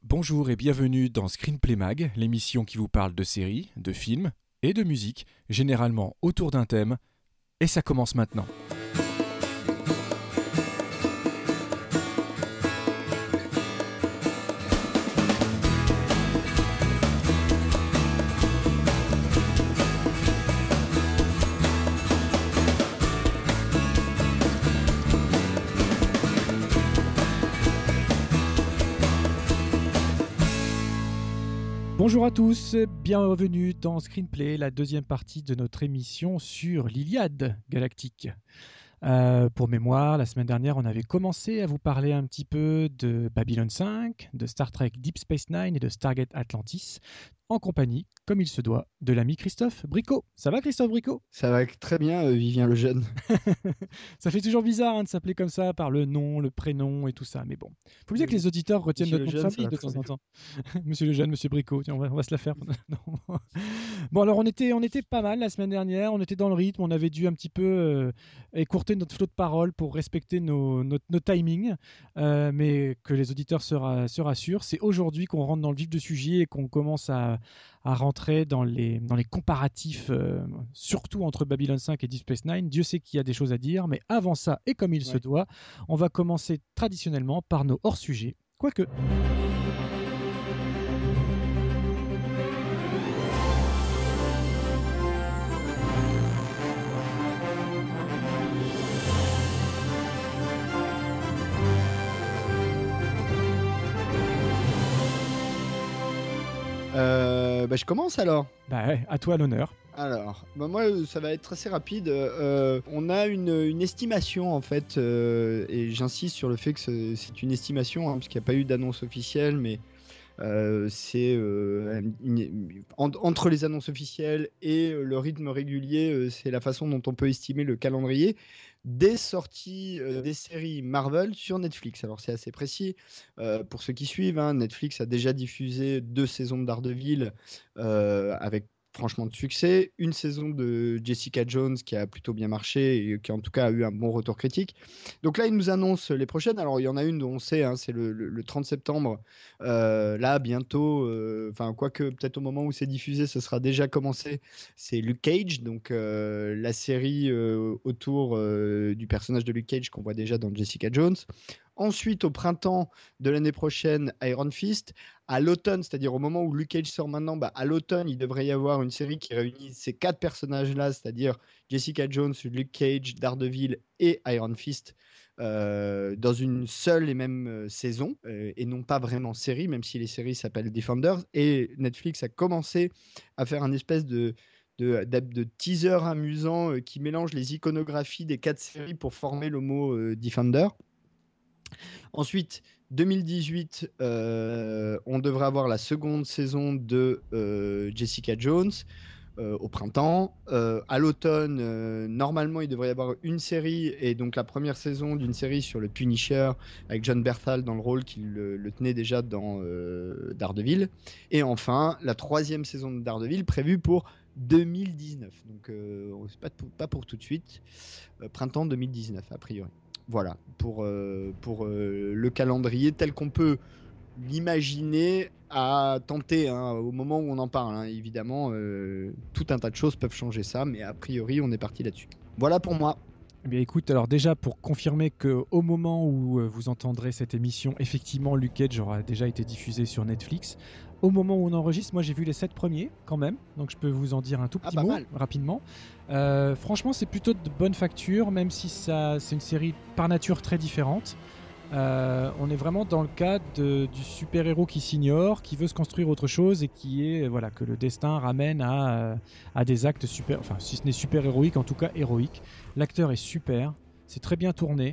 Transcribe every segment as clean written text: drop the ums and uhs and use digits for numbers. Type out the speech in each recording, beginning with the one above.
Bonjour et bienvenue dans Screenplay Mag, l'émission qui vous parle de séries, de films et de musique, généralement autour d'un thème, et ça commence maintenant. Bonjour à tous, bienvenue dans Screenplay, la deuxième partie de notre émission sur l'Iliade galactique. Pour mémoire, la semaine dernière, on avait commencé à vous parler un petit peu de Babylon 5, de Star Trek Deep Space Nine et de Stargate Atlantis, en compagnie, comme il se doit, de l'ami Christophe Bricot. Ça va Christophe Bricot ? Ça va très bien, Vivien Lejeune. Ça fait toujours bizarre de s'appeler comme ça, par le nom, le prénom et tout ça, mais bon. Faut bien que les auditeurs retiennent Monsieur notre nom de Lejeune, ça famille va de très temps en bien. temps. Monsieur Lejeune, Monsieur Bricot, tiens, on va se la faire. Non. Bon, alors on était pas mal la semaine dernière, on était dans le rythme, on avait dû un petit peu écourter notre flot de parole pour respecter nos timings, mais que les auditeurs se rassurent, c'est aujourd'hui qu'on rentre dans le vif du sujet et qu'on commence à rentrer dans les comparatifs, surtout entre Babylon 5 et Deep Space Nine. Dieu sait qu'il y a des choses à dire, mais avant ça, et comme il se Ouais. doit, on va commencer traditionnellement par nos hors-sujets, quoique... Je commence alors. Bah ouais, à toi l'honneur. Alors, moi, ça va être assez rapide. On a une estimation en fait, et j'insiste sur le fait que c'est une estimation, parce qu'il n'y a pas eu d'annonce officielle, mais c'est entre les annonces officielles et le rythme régulier, c'est la façon dont on peut estimer le calendrier des sorties des séries Marvel sur Netflix. Alors c'est assez précis pour ceux qui suivent. Netflix a déjà diffusé 2 saisons de Daredevil avec franchement de succès, une saison de Jessica Jones qui a plutôt bien marché et qui en tout cas a eu un bon retour critique. Donc là, ils nous annoncent les prochaines. Alors il y en a une dont on sait, c'est le 30 septembre. Là, bientôt, quoique peut-être au moment où c'est diffusé, ce sera déjà commencé. C'est Luke Cage, donc la série autour du personnage de Luke Cage qu'on voit déjà dans Jessica Jones. Ensuite, au printemps de l'année prochaine, Iron Fist. À l'automne, c'est-à-dire au moment où Luke Cage sort maintenant, à l'automne, il devrait y avoir une série qui réunit ces 4 personnages-là, c'est-à-dire Jessica Jones, Luke Cage, Daredevil et Iron Fist, dans une seule et même saison, et non pas vraiment série, même si les séries s'appellent Defenders. Et Netflix a commencé à faire un espèce de teaser amusant qui mélange les iconographies des 4 séries pour former le mot Defender. Ensuite, 2018, on devrait avoir la seconde saison de Jessica Jones au printemps. À l'automne, normalement, il devrait y avoir une série, et donc la première saison d'une série sur le Punisher, avec John Bernthal dans le rôle qui le tenait déjà dans Daredevil. Et enfin, la troisième saison de Daredevil prévue pour 2019. Donc, c'est pas pour tout de suite. Printemps 2019, a priori. Voilà, pour le calendrier tel qu'on peut l'imaginer à tenter au moment où on en parle. Évidemment, tout un tas de choses peuvent changer ça, mais a priori, on est parti là-dessus. Voilà pour moi. Eh bien écoute, alors déjà pour confirmer qu'au moment où vous entendrez cette émission, effectivement Luke Cage aura déjà été diffusé sur Netflix. Au moment où on enregistre, moi j'ai vu les 7 premiers quand même, donc je peux vous en dire un tout petit pas mot mal. rapidement. Franchement c'est plutôt de bonne facture, même si c'est une série par nature très différente. On est vraiment dans le cadre du super-héros qui s'ignore, qui veut se construire autre chose et qui est que le destin ramène à des actes super, enfin si ce n'est super-héroïque, en tout cas héroïque. L'acteur est super, c'est très bien tourné.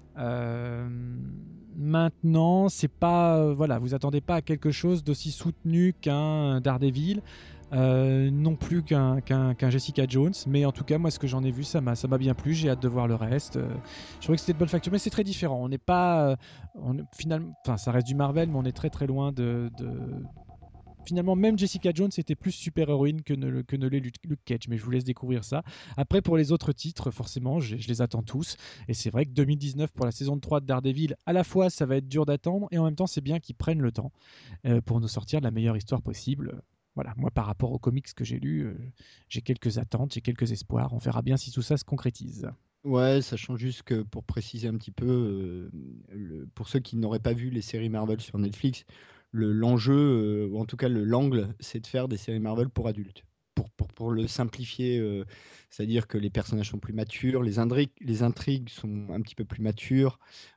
Maintenant, c'est pas vous attendez pas à quelque chose d'aussi soutenu qu'un Daredevil, non plus qu'un Jessica Jones, mais en tout cas moi ce que j'en ai vu ça m'a bien plu, j'ai hâte de voir le reste. Je trouvais que c'était de bonne facture, mais c'est très différent. On n'est pas finalement, enfin ça reste du Marvel, mais on est très très loin finalement, même Jessica Jones était plus super-héroïne que ne l'est Luke Cage, mais je vous laisse découvrir ça. Après, pour les autres titres, forcément, je les attends tous. Et c'est vrai que 2019, pour la saison 3 de Daredevil, à la fois, ça va être dur d'attendre, et en même temps, c'est bien qu'ils prennent le temps pour nous sortir la meilleure histoire possible. Voilà, moi, par rapport aux comics que j'ai lus, j'ai quelques attentes, j'ai quelques espoirs. On verra bien si tout ça se concrétise. Ouais, sachant juste que pour préciser un petit peu, pour ceux qui n'auraient pas vu les séries Marvel sur Netflix, l'enjeu, ou en tout cas l'angle, c'est de faire des séries Marvel pour adultes. Pour le simplifier, c'est-à-dire que les personnages sont plus matures, les intrigues sont un petit peu plus matures.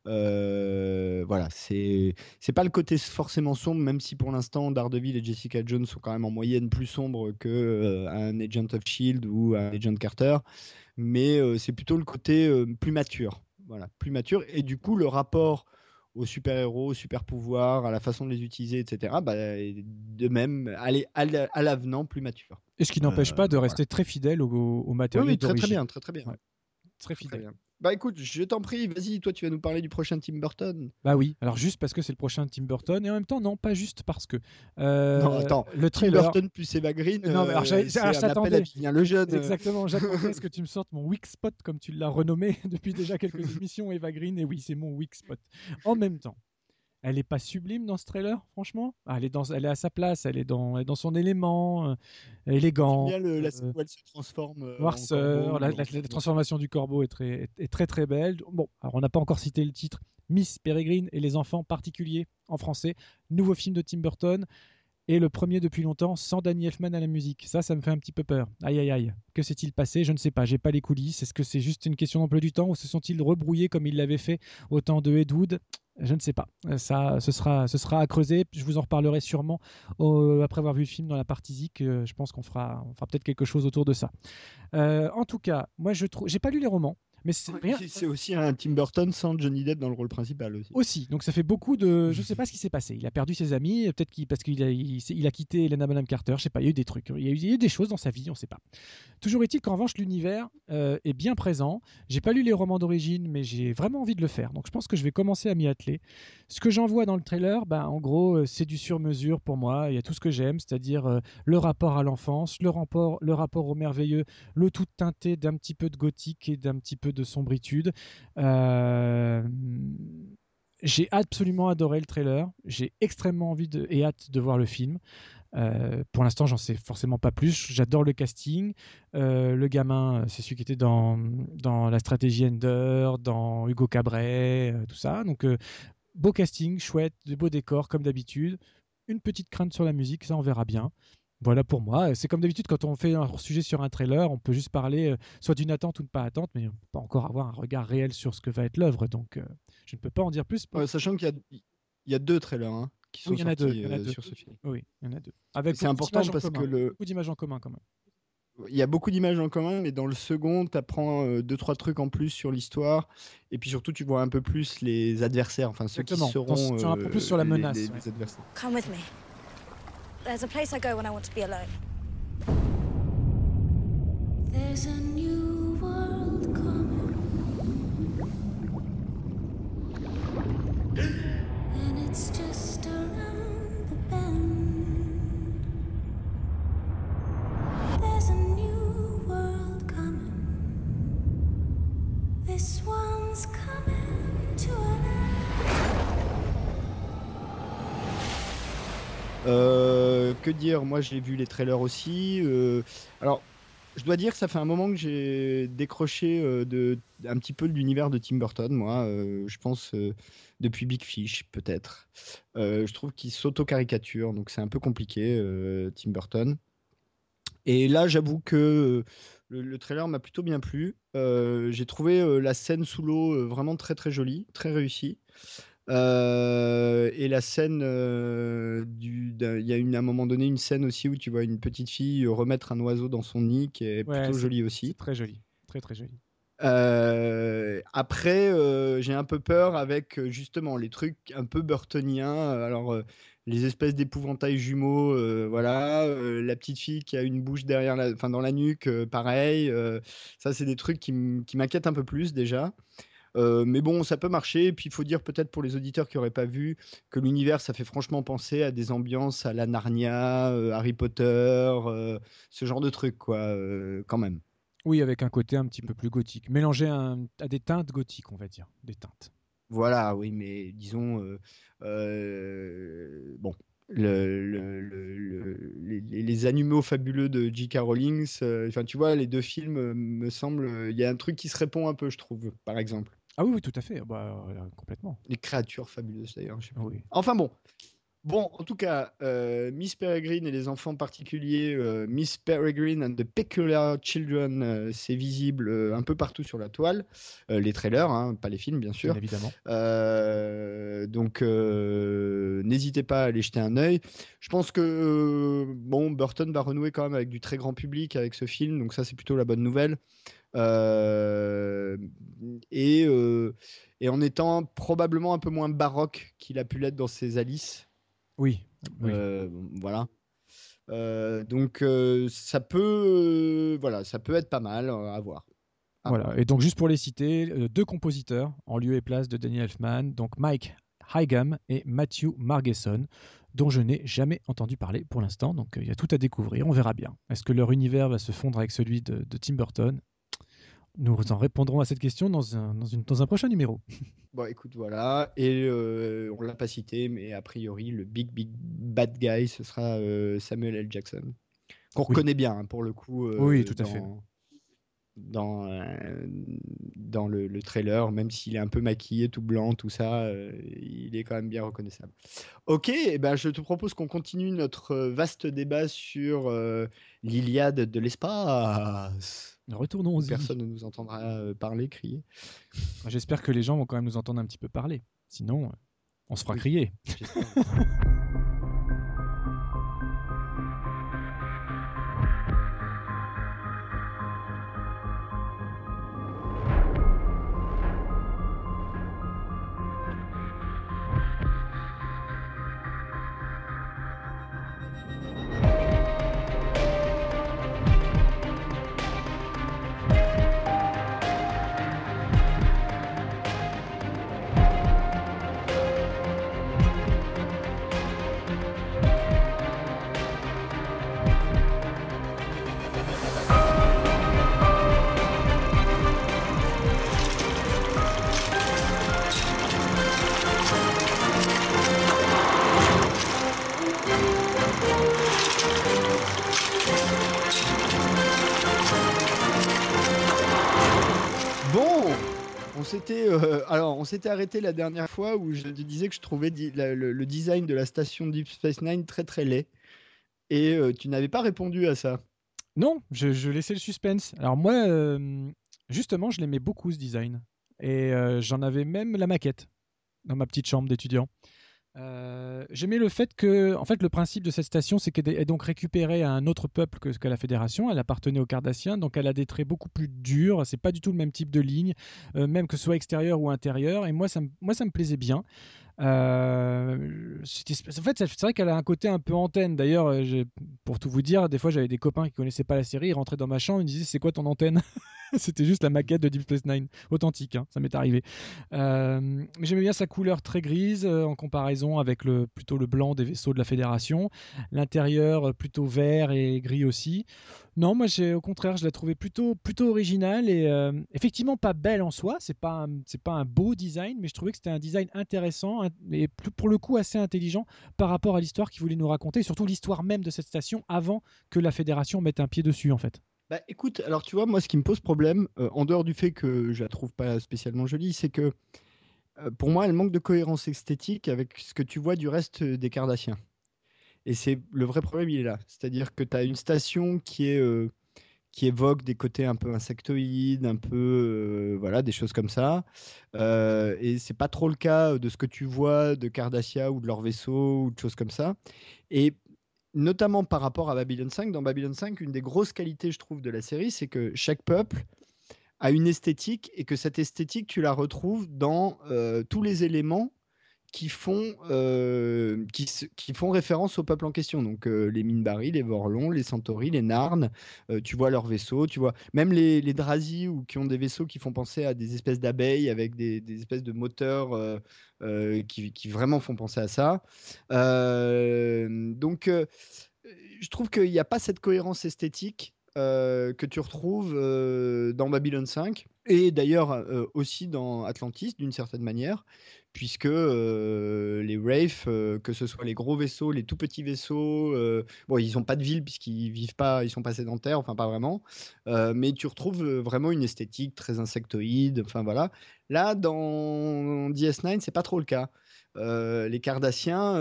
Voilà, c'est pas le côté forcément sombre, même si pour l'instant Daredevil et Jessica Jones sont quand même en moyenne plus sombres que un Agent of Shield ou un Agent Carter, mais c'est plutôt le côté plus mature. Voilà, plus mature. Et du coup, le rapport aux super-héros, aux super-pouvoirs, à la façon de les utiliser, etc., bah, de même, aller à l'avenant plus mature. Et ce qui n'empêche pas de Voilà. rester très fidèle au Oui, matériau oui, très très d'origine. bien, très très bien. Ouais, très Très très fidèle. bien. Bah écoute, je t'en prie, vas-y, toi tu vas nous parler du prochain Tim Burton. Bah oui, alors juste parce que c'est le prochain Tim Burton, et en même temps, non, pas juste parce que. Non, attends, Le Tim trailer. Burton plus Eva Green, Non, mais alors, c'est je un appel à t'attendais. Vivien Lejeune. Exactement, j'attendais à ce que tu me sortes mon weak spot, comme tu l'as renommé depuis déjà quelques émissions, Eva Green, et oui, c'est mon weak spot. En même temps, elle est pas sublime dans ce trailer, franchement. Ah, elle est à sa place, elle est dans son élément, J'aime élégante. bien la scène où elle se transforme en Noirceur, corbeau. la transformation du corbeau est très très belle. Bon, alors on n'a pas encore cité le titre, Miss Peregrine et les enfants particuliers en français, nouveau film de Tim Burton, et le premier depuis longtemps sans Danny Elfman à la musique. Ça me fait un petit peu peur. Aïe aïe aïe. Que s'est-il passé? Je ne sais pas. J'ai pas les coulisses. Est-ce que c'est juste une question d'emploi du temps ou se sont-ils rebrouillés comme ils l'avaient fait au temps de Ed Wood? Je ne sais pas. Ça, ce sera à creuser. Je vous en reparlerai sûrement après avoir vu le film dans la partie Zik. Je pense on fera peut-être quelque chose autour de ça. En tout cas, moi je trouve, j'ai pas lu les romans, mais c'est Ouais, rien. c'est aussi un Tim Burton sans Johnny Depp dans le rôle principal aussi. Aussi, donc ça fait beaucoup de. Je sais pas ce qui s'est passé. Il a perdu ses amis, peut-être parce qu'il a quitté Helena Bonham Carter. Je sais pas. Il y a eu des trucs. Il y a eu des choses dans sa vie. On sait pas. Toujours est-il qu'en revanche, l'univers est bien présent. J'ai pas lu les romans d'origine, mais j'ai vraiment envie de le faire. Donc je pense que je vais commencer à m'y atteler. Ce que j'en vois dans le trailer, ben, en gros, c'est du sur-mesure pour moi. Il y a tout ce que j'aime, c'est-à-dire le rapport à l'enfance, le rapport au merveilleux, le tout teinté d'un petit peu de gothique et d'un petit peu de sombritude. Euh, J'ai absolument adoré le trailer. J'ai extrêmement et hâte de voir le film. Pour l'instant, j'en sais forcément pas plus. J'adore le casting. Le gamin, c'est celui qui était dans La Stratégie Ender, dans Hugo Cabret, tout ça. Donc, beau casting, chouette, de beaux décors, comme d'habitude. Une petite crainte sur la musique, ça, on verra bien. Voilà pour moi. C'est comme d'habitude, quand on fait un sujet sur un trailer, on peut juste parler soit d'une attente ou de pas attente, mais on peut pas encore avoir un regard réel sur ce que va être l'œuvre. Donc, je ne peux pas en dire plus. Sachant qu'il y a deux trailers qui Oui, sont il y en a deux. sortis Il y en a deux. sur ce film. Oui, il y en a deux. Avec C'est beaucoup important d'images en parce que commun. Beaucoup d'images en commun quand même. il y a beaucoup d'images en commun, mais dans le second, tu apprends deux, trois trucs en plus sur l'histoire. Et puis surtout, tu vois un peu plus les adversaires, enfin ceux qui Exactement. seront Tu en apprends plus sur la menace. Ouais. les adversaires. Come with me. There's a place I go when I want to be alone. There's a new world coming, and it's just around the bend. There's a new world coming. This one's coming to an Que dire? Moi, j'ai vu les trailers aussi. Alors, je dois dire que ça fait un moment que j'ai décroché un petit peu de l'univers de Tim Burton, moi. Je pense depuis Big Fish, peut-être. Je trouve qu'il s'auto-caricature, donc c'est un peu compliqué, Tim Burton. Et là, j'avoue que le trailer m'a plutôt bien plu. J'ai trouvé la scène sous l'eau vraiment très très jolie, très réussie. Et la scène, il y a à un moment donné une scène aussi où tu vois une petite fille remettre un oiseau dans son nid qui est Ouais, plutôt jolie c'est aussi. très joli. Très, très joli. Après, j'ai un peu peur avec justement les trucs un peu burtoniens. Alors, les espèces d'épouvantails jumeaux, voilà. La petite fille qui a une bouche enfin, dans la nuque, pareil. Ça, c'est des trucs qui m'inquiètent un peu plus déjà. Mais bon, ça peut marcher. Et puis, il faut dire peut-être pour les auditeurs qui n'auraient pas vu que l'univers, ça fait franchement penser à des ambiances à la Narnia, Harry Potter, ce genre de trucs, quoi, quand même. Oui, avec un côté un petit peu plus gothique, mélangé à des teintes gothiques, on va dire, des teintes. Voilà, oui, mais disons, bon, les animaux fabuleux de J.K. Rowling, enfin, tu vois, les deux films, me semblent, il y a un truc qui se répond un peu, je trouve, par exemple. Ah oui, oui, tout à fait, bah, complètement. Les créatures fabuleuses, d'ailleurs, je sais plus. Oui. Enfin bon. Bon, en tout cas, Miss Peregrine et les enfants particuliers, Miss Peregrine and the Peculiar Children, c'est visible un peu partout sur la toile. Les trailers, hein, pas les films, bien sûr. Bien évidemment. Donc, n'hésitez pas à aller jeter un œil. Je pense que bon, Burton va renouer quand même avec du très grand public avec ce film, donc ça, c'est plutôt la bonne nouvelle. Euh, et en étant probablement un peu moins baroque qu'il a pu l'être dans ses Alice. Oui, oui. Voilà. Donc ça voilà, ça peut être pas mal à voir. Voilà. Et donc, juste pour les citer, deux compositeurs en lieu et place de Danny Elfman, donc Mike Higham et Matthew Margeson, dont je n'ai jamais entendu parler pour l'instant. Donc, il y a tout à découvrir. On verra bien. Est-ce que leur univers va se fondre avec celui de Tim Burton ? Nous en répondrons à cette question dans un prochain numéro. Bon, écoute, voilà. Et on l'a pas cité, mais a priori, le big bad guy, ce sera Samuel L. Jackson, qu'on Oui. reconnaît bien, hein, pour le coup. Oui, tout à fait. Dans le trailer, même s'il est un peu maquillé, tout blanc, tout ça, il est quand même bien reconnaissable. Ok, eh ben, je te propose qu'on continue notre vaste débat sur l'Iliade de l'espace. Retournons-y. Personne ne nous entendra parler, crier. J'espère que les gens vont quand même nous entendre un petit peu parler. Sinon, on se fera crier. J'espère. On s'était arrêté la dernière fois où je te disais que je trouvais le design de la station Deep Space Nine très très laid. Et tu n'avais pas répondu à ça. Non, je laissais le suspense. Alors moi, justement, je l'aimais beaucoup ce design. Et j'en avais même la maquette dans ma petite chambre d'étudiant. J'aimais le fait que, en fait, le principe de cette station, c'est qu'elle est donc récupérée à un autre peuple que la Fédération. Elle appartenait aux Cardassiens, donc elle a des traits beaucoup plus durs. C'est pas du tout le même type de ligne, même que ce soit extérieur ou intérieur. Et moi, ça me plaisait bien. En fait, c'est vrai qu'elle a un côté un peu antenne. D'ailleurs, pour tout vous dire, des fois, j'avais des copains qui connaissaient pas la série, ils rentraient dans ma chambre, ils me disaient c'est quoi ton antenne? C'était juste la maquette de Deep Space Nine, authentique, hein, ça m'est arrivé. Mais j'aimais bien sa couleur très grise en comparaison avec plutôt le blanc des vaisseaux de la Fédération. L'intérieur plutôt vert et gris aussi. Non, moi au contraire, je la trouvais plutôt originale et effectivement pas belle en soi. C'est pas un beau design, mais je trouvais que c'était un design intéressant et pour le coup assez intelligent par rapport à l'histoire qu'il voulait nous raconter, et surtout l'histoire même de cette station avant que la Fédération mette un pied dessus en fait. Bah écoute, alors tu vois, moi ce qui me pose problème, en dehors du fait que je la trouve pas spécialement jolie, c'est que pour moi elle manque de cohérence esthétique avec ce que tu vois du reste des Cardassiens. Et c'est le vrai problème, il est là. C'est-à-dire que tu as une station qui évoque des côtés un peu insectoïdes, un peu voilà, des choses comme ça. Et c'est pas trop le cas de ce que tu vois de Cardassia ou de leur vaisseau ou de choses comme ça. Et notamment par rapport à Babylon 5, dans Babylon 5, une des grosses qualités, je trouve, de la série, c'est que chaque peuple a une esthétique et que cette esthétique, tu la retrouves dans tous les éléments qui font qui font référence au peuple en question. Donc les Minbari, les Vorlons, les Centauri, les Narn. Tu vois leurs vaisseaux, tu vois même les Drazi ou qui ont des vaisseaux qui font penser à des espèces d'abeilles avec des espèces de moteurs qui vraiment font penser à ça. Donc je trouve qu'il n'y a pas cette cohérence esthétique que tu retrouves dans Babylon 5 et d'ailleurs aussi dans Atlantis d'une certaine manière, puisque les Wraiths, que ce soit les gros vaisseaux, les tout petits vaisseaux, bon, ils n'ont pas de ville puisqu'ils vivent pas, ils sont pas sédentaires, enfin pas vraiment, mais tu retrouves vraiment une esthétique très insectoïde, enfin voilà. Là, dans DS9, c'est pas trop le cas. Les Cardassiens,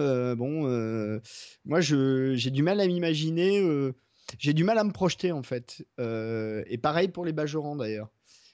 moi j'ai du mal à m'imaginer, j'ai du mal à me projeter en fait. Et pareil pour les Bajorans d'ailleurs.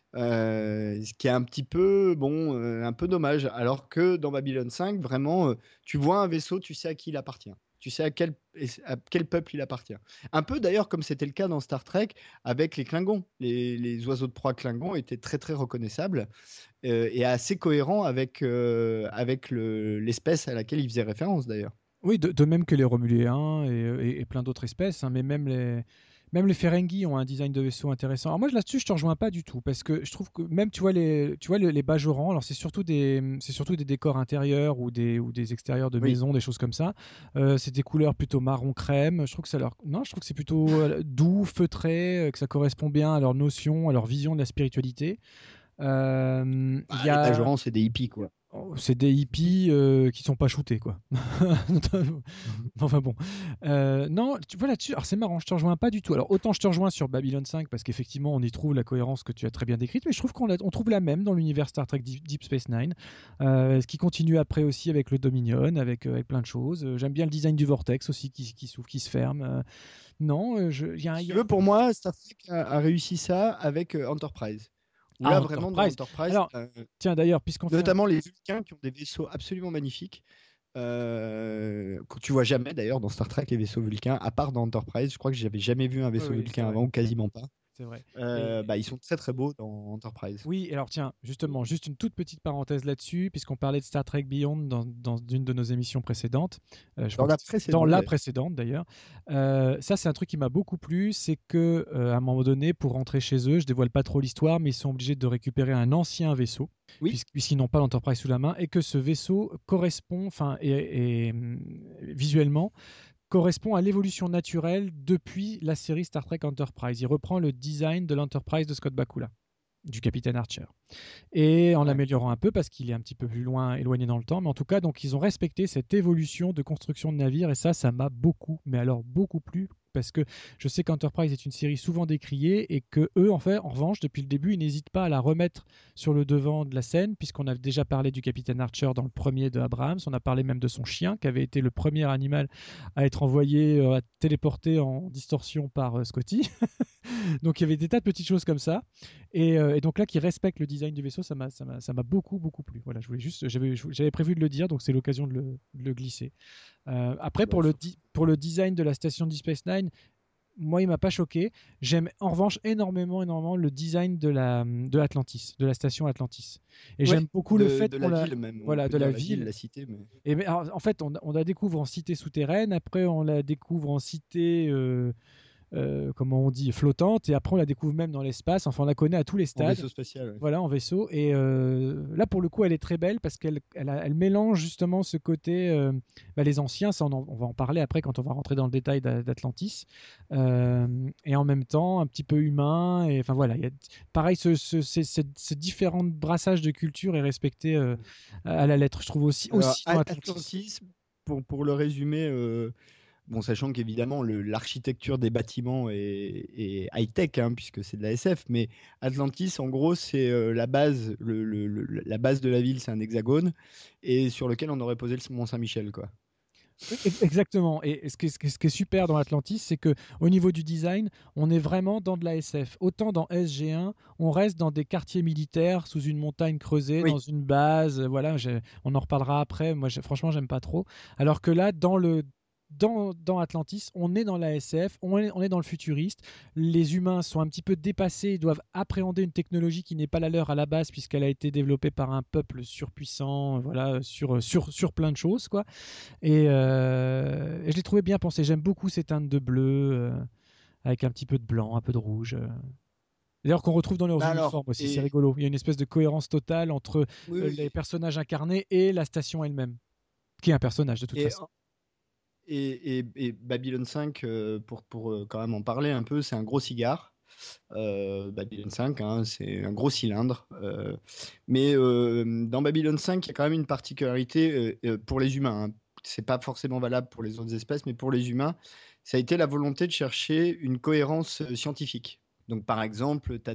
Ce qui est un petit peu, un peu dommage. Alors que dans Babylon 5, vraiment, tu vois un vaisseau, tu sais à qui il appartient. Tu sais à quel peuple il appartient. Un peu d'ailleurs comme c'était le cas dans Star Trek avec les Klingons. Les oiseaux de proie Klingons étaient très très reconnaissables et assez cohérents avec l'espèce à laquelle ils faisaient référence d'ailleurs. Oui, de même que les Romuliens et plein d'autres espèces, hein, mais même les Ferengi ont un design de vaisseau intéressant. Alors moi là-dessus, je te rejoins pas du tout parce que je trouve que même les Bajorans, alors c'est surtout des décors intérieurs ou des extérieurs de Oui. maisons, des choses comme ça. C'est des couleurs plutôt marron crème. Je trouve que je trouve que c'est plutôt doux, feutré, que ça correspond bien à leur notion, à leur vision de la spiritualité. Il y Les a Bajorans, c'est des hippies quoi. C'est des hippies qui sont pas shootés, quoi. Enfin bon. Non, tu vois là-dessus, alors c'est marrant, je te rejoins pas du tout. Alors autant je te rejoins sur Babylon 5 parce qu'effectivement on y trouve la cohérence que tu as très bien décrite, mais je trouve on trouve la même dans l'univers Star Trek Deep Space Nine, ce qui continue après aussi avec le Dominion, avec plein de choses. J'aime bien le design du Vortex aussi qui s'ouvre, qui se ferme. Non, Si tu veux, pour moi, Star Trek a réussi ça avec Enterprise. Où là, vraiment, dans Enterprise. Enterprise, Alors, tiens d'ailleurs, puisqu'on fait notamment les Vulcains qui ont des vaisseaux absolument magnifiques, que tu vois jamais d'ailleurs dans Star Trek, les vaisseaux Vulcains, à part dans Enterprise. Je crois que j'avais jamais vu un vaisseau oui, c'est Vulcain vrai. avant, ou quasiment pas. C'est vrai. Et, Ils sont très très beaux dans Enterprise. oui, alors tiens, justement, juste une toute petite parenthèse là-dessus, puisqu'on parlait de Star Trek Beyond dans une de nos émissions précédentes. Je Dans crois la que précédente, dans la d'ailleurs. précédente d'ailleurs. Ça, c'est un truc qui m'a beaucoup plu, c'est que à un moment donné, pour rentrer chez eux, je dévoile pas trop l'histoire, mais ils sont obligés de récupérer un ancien vaisseau, Oui. puisqu'ils n'ont pas l'Enterprise sous la main, et que ce vaisseau correspond, enfin, et visuellement correspond à l'évolution naturelle depuis la série Star Trek Enterprise. Il reprend le design de l'Enterprise de Scott Bakula, du capitaine Archer, et en Ouais. l'améliorant un peu parce qu'il est un petit peu plus loin, éloigné dans le temps, mais en tout cas, donc ils ont respecté cette évolution de construction de navire, et ça m'a beaucoup, mais alors beaucoup plu, parce que je sais qu'Enterprise est une série souvent décriée et que eux, en fait, en revanche, depuis le début, ils n'hésitent pas à la remettre sur le devant de la scène, puisqu'on a déjà parlé du capitaine Archer dans le premier de Abrams, on a parlé même de son chien, qui avait été le premier animal à être envoyé, à téléporté en distorsion par Scotty. Donc il y avait des tas de petites choses comme ça. Et donc là, qui respecte le design du vaisseau, ça m'a beaucoup, beaucoup plu. Voilà, j'avais prévu de le dire, donc c'est l'occasion de le glisser. Après, pour le design de la station Deep Space Nine, moi, il m'a pas choqué. J'aime en revanche énormément le design de l'Atlantis, de la station Atlantis. Et j'aime beaucoup le fait de qu'on la ville même. voilà, On peut de dire la ville, ville. la cité. Mais... Et alors, en fait, on la découvre en cité souterraine. Après, on la découvre en cité. Comment on dit, flottante, et après on la découvre même dans l'espace. Enfin, on la connaît à tous les En stades. vaisseau spatial. Ouais. Voilà, en vaisseau. Et là, pour le coup, elle est très belle parce elle mélange justement ce côté, les anciens, ça on va en parler après quand on va rentrer dans le détail d'Atlantis, et en même temps un petit peu humain. Et enfin voilà, pareil, ce différent brassage de culture est respecté à la lettre, je trouve aussi Alors, dans Atlantis. Atlantis, pour le résumer, bon, sachant qu'évidemment l'architecture des bâtiments est high-tech, hein, puisque c'est de la SF, mais Atlantis, en gros, c'est la base, la base de la ville, c'est un hexagone, et sur lequel on aurait posé le Mont Saint-Michel, quoi. Oui, exactement. Et ce qui est super dans Atlantis, c'est que au niveau du design, on est vraiment dans de la SF. Autant dans SG1, on reste dans des quartiers militaires, sous une montagne creusée, Oui. dans une base. Voilà, on en reparlera après. Moi, franchement, j'aime pas trop. Alors que là, dans Atlantis, on est dans la SF, on est dans le futuriste. Les humains sont un petit peu dépassés, ils doivent appréhender une technologie qui n'est pas la leur à la base, puisqu'elle a été développée par un peuple surpuissant, voilà, sur plein de choses, quoi. Et je l'ai trouvé bien pensé. J'aime beaucoup ces teintes de bleu, avec un petit peu de blanc, un peu de rouge. D'ailleurs, qu'on retrouve dans leurs Bah uniformes alors, aussi, c'est rigolo. Il y a une espèce de cohérence totale entre oui, les oui. personnages incarnés et la station elle-même, qui est un personnage de toute Et, façon. et Babylon 5, pour quand même en parler un peu, c'est un gros cigare. Babylon 5, hein, c'est un gros cylindre. Mais dans Babylon 5, il y a quand même une particularité pour les humains, hein. C'est pas forcément valable pour les autres espèces, mais pour les humains, ça a été la volonté de chercher une cohérence scientifique. Donc, par exemple, tu as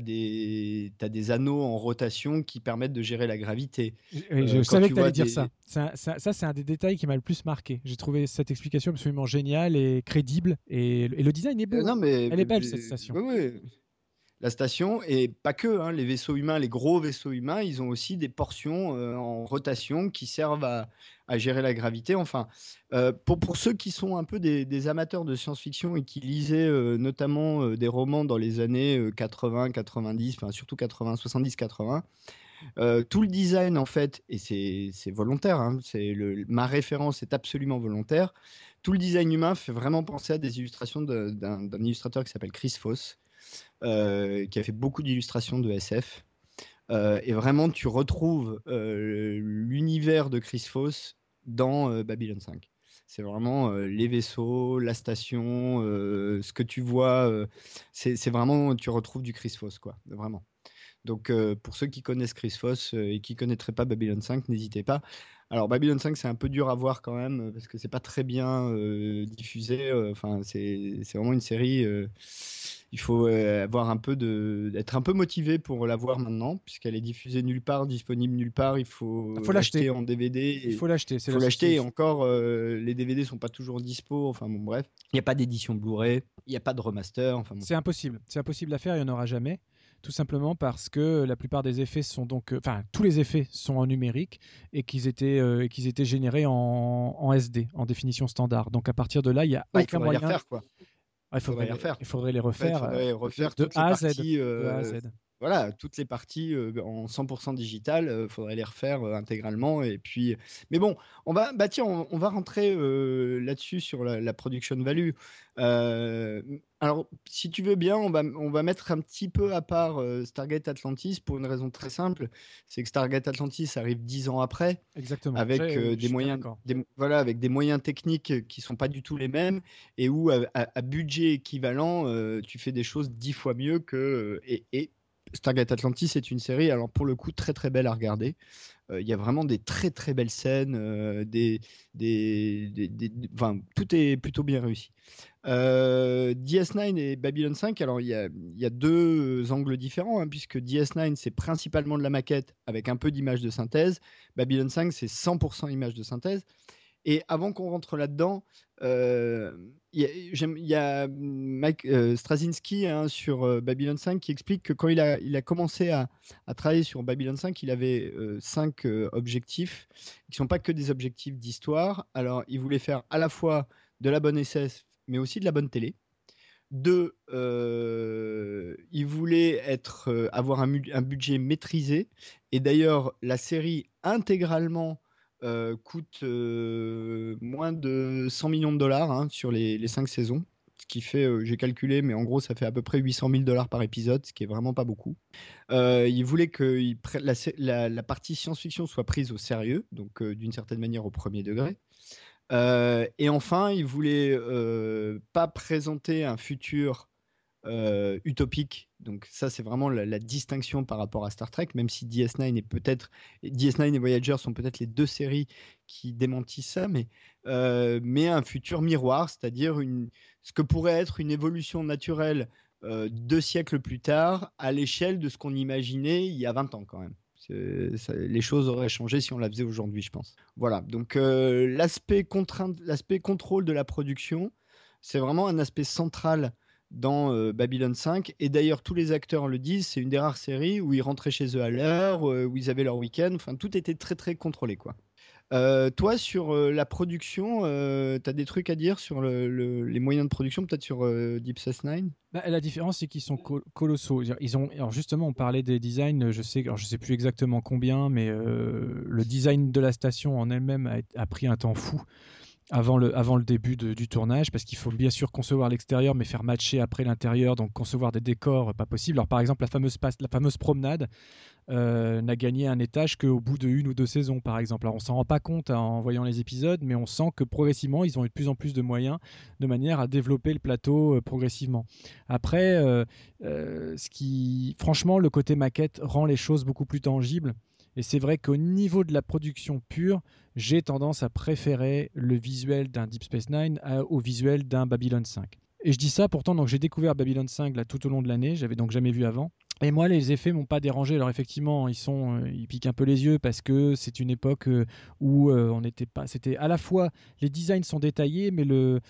des anneaux en rotation qui permettent de gérer la gravité. Je Quand savais tu que tu allais vois dire ça. des... Ça, c'est un des détails qui m'a le plus marqué. J'ai trouvé cette explication absolument géniale et crédible. Et le design est beau, non, hein. mais, Elle est belle, cette station. ouais, ouais. La station, et pas que, hein, les vaisseaux humains, les gros vaisseaux humains, ils ont aussi des portions en rotation qui servent à gérer la gravité. Enfin, pour ceux qui sont un peu des amateurs de science-fiction et qui lisaient notamment des romans dans les années 80, 90, enfin surtout 80, 70, 80, tout le design en fait, et c'est volontaire, hein, ma référence est absolument volontaire, tout le design humain fait vraiment penser à des illustrations d'un illustrateur qui s'appelle Chris Foss, qui a fait beaucoup d'illustrations de SF. Et vraiment, tu retrouves l'univers de Chris Foss dans Babylon 5. C'est vraiment les vaisseaux, la station, ce que tu vois. C'est vraiment, tu retrouves du Chris Foss, quoi, vraiment. Donc, pour ceux qui connaissent Chris Foss et qui ne connaîtraient pas Babylon 5, n'hésitez pas. Alors, Babylon 5, c'est un peu dur à voir quand même, parce que c'est pas très bien diffusé. Enfin, c'est vraiment une série. Il faut avoir être un peu motivé pour la voir maintenant, puisqu'elle est diffusée nulle part, disponible nulle part. Il faut Il faut l'acheter. l'acheter en DVD. Il faut l'acheter. C'est Il la faut l'acheter. Et seule. encore, les DVD sont pas toujours dispo. Enfin, bon, bref. Il n'y a pas d'édition Blu-ray. Il n'y a pas de remaster. Enfin, bon. C'est impossible. C'est impossible à faire. Il n'y en aura jamais. Tout simplement parce que la plupart des effets sont donc, enfin, tous les effets sont en numérique et qu'ils étaient générés en SD, en définition standard. Donc à partir de là, il n'y a Bah, il aucun faudrait les moyen. refaire, quoi. Ah, Faudrait les refaire. il faudrait les En fait, il refaire faudrait refaire de toutes les A à Z. parties, De A à Z. voilà, toutes les parties en 100% digital. Faudrait les refaire intégralement. Et puis, mais bon, bah tiens, on va rentrer là-dessus sur la production value. Euh, alors, si tu veux bien, on va mettre un petit peu à part Stargate Atlantis pour une raison très simple, c'est que Stargate Atlantis arrive 10 ans après, Exactement. avec Je des suis bien moyens, d'accord. voilà, avec des moyens techniques qui sont pas du tout les mêmes et où à budget équivalent, tu fais des choses 10 fois mieux que et Stargate Atlantis est une série, alors pour le coup très très belle à regarder. Il y a vraiment des très très belles scènes, enfin, tout est plutôt bien réussi. DS9 et Babylon 5, alors il y a deux angles différents, hein, puisque DS9 c'est principalement de la maquette avec un peu d'images de synthèse. Babylon 5 c'est 100% images de synthèse. Et avant qu'on rentre là-dedans, il y a Mike Straczynski, hein, sur Babylon 5 qui explique que quand il a commencé à travailler sur Babylon 5, il avait 5 objectifs qui ne sont pas que des objectifs d'histoire. Alors, il voulait faire à la fois de la bonne SF, mais aussi de la bonne télé. Deux, il voulait avoir un budget maîtrisé. Et d'ailleurs, la série intégralement coûte moins de 100 millions de dollars, hein, sur les 5 saisons. Ce qui fait, j'ai calculé, mais en gros, ça fait à peu près 800 000 dollars par épisode, ce qui est vraiment pas beaucoup. Il voulait que la partie science-fiction soit prise au sérieux, donc d'une certaine manière au premier degré. Et enfin, il voulait pas présenter un futur utopique. Donc ça, c'est vraiment la distinction par rapport à Star Trek, même si DS9 et Voyager sont peut-être les deux séries qui démentissent ça, mais un futur miroir, c'est-à-dire ce que pourrait être une évolution naturelle 2 siècles plus tard, à l'échelle de ce qu'on imaginait il y a 20 ans quand même. Les choses auraient changé si on la faisait aujourd'hui, je pense. Voilà, donc l'aspect contrôle de la production, c'est vraiment un aspect central dans Babylon 5. Et d'ailleurs, tous les acteurs le disent, c'est une des rares séries où ils rentraient chez eux à l'heure, où ils avaient leur week-end. Enfin, tout était très, très contrôlé, quoi. Toi, sur la production, tu as des trucs à dire sur les moyens de production, peut-être sur Deep Space Nine? Bah, la différence, c'est qu'ils sont colossaux. Ils ont, alors justement, on parlait des designs, alors je sais plus exactement combien, mais le design de la station en elle-même a pris un temps fou avant le début du tournage, parce qu'il faut bien sûr concevoir l'extérieur, mais faire matcher après l'intérieur, donc concevoir des décors, pas possible. Alors par exemple, la fameuse promenade n'a gagné un étage qu'au bout de 1 ou 2 saisons, par exemple. Alors on s'en rend pas compte en voyant les épisodes, mais on sent que progressivement, ils ont eu de plus en plus de moyens, de manière à développer le plateau progressivement. Après, franchement, le côté maquette rend les choses beaucoup plus tangibles. Et c'est vrai qu'au niveau de la production pure, j'ai tendance à préférer le visuel d'un Deep Space Nine au visuel d'un Babylon 5. Et je dis ça pourtant, donc j'ai découvert Babylon 5 là, tout au long de l'année, j'avais donc jamais vu avant. Et moi, les effets m'ont pas dérangé. Alors effectivement, ils piquent un peu les yeux parce que c'est une époque où on n'était pas. C'était à la fois les designs sont détaillés, mais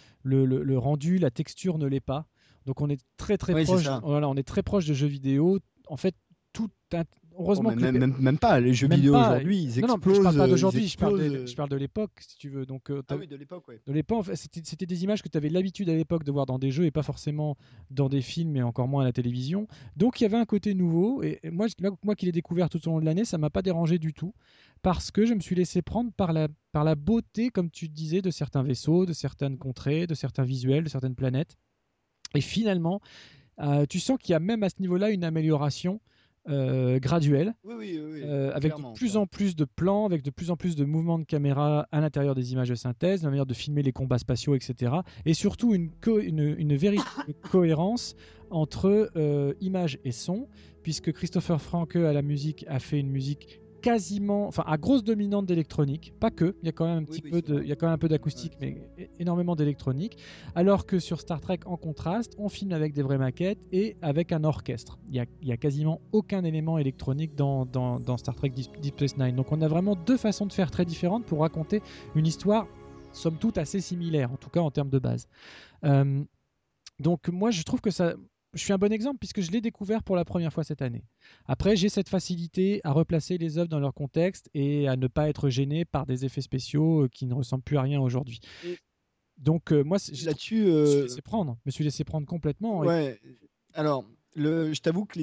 le rendu, la texture ne l'est pas. Donc on est très très Oui, c'est proche. ça. Voilà, on est très proche de jeux vidéo. En fait, tout. Oh, Heureusement que même pas, les jeux même vidéo pas. aujourd'hui, ils Non, explosent. je parle pas ils d'aujourd'hui. Je explosent. parle de l'époque, si tu veux. Donc Ah oui, de l'époque, ouais. de l'époque, en fait, c'était des images que tu avais l'habitude à l'époque de voir dans des jeux et pas forcément dans des films et encore moins à la télévision. Donc il y avait un côté nouveau et moi qui l'ai découvert tout au long de l'année, ça m'a pas dérangé du tout parce que je me suis laissé prendre par la beauté, comme tu disais, de certains vaisseaux, de certaines contrées, de certains visuels, de certaines planètes. Et finalement, tu sens qu'il y a même à ce niveau-là une amélioration graduelle Oui, avec de clairement, plus ça. en plus de plans, avec de plus en plus de mouvements de caméra à l'intérieur des images de synthèse, la manière de filmer les combats spatiaux, etc. Et surtout une véritable cohérence entre image et son, puisque Christopher Franke à la musique a fait une musique quasiment, enfin à grosse dominante d'électronique, pas que, il y a quand même Oui, c'est vrai. il y a quand même un peu d'acoustique, Ouais, mais énormément d'électronique, alors que sur Star Trek en contraste, on filme avec des vraies maquettes et avec un orchestre. Il y a quasiment aucun élément électronique dans Star Trek Deep Space Nine. Donc on a vraiment deux façons de faire très différentes pour raconter une histoire somme toute assez similaire, en tout cas en termes de base. Euh, donc moi je trouve que ça, je suis un bon exemple puisque je l'ai découvert pour la première fois cette année. Après j'ai cette facilité à replacer les œuvres dans leur contexte et à ne pas être gêné par des effets spéciaux qui ne ressemblent plus à rien aujourd'hui. Et Donc moi là-dessus, je me suis laissé prendre complètement. ouais. Alors, je t'avoue que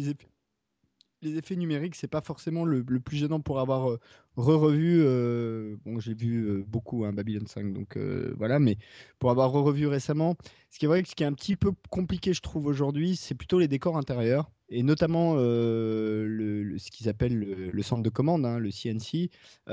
les effets numériques, c'est pas forcément le plus gênant pour avoir re-revu. Bon, j'ai vu beaucoup Babylon 5, donc voilà, mais pour avoir re-revu récemment, ce qui est vrai que ce qui est un petit peu compliqué, je trouve, aujourd'hui, c'est plutôt les décors intérieurs, et notamment ce qu'ils appellent le centre de commande, hein, le CNC,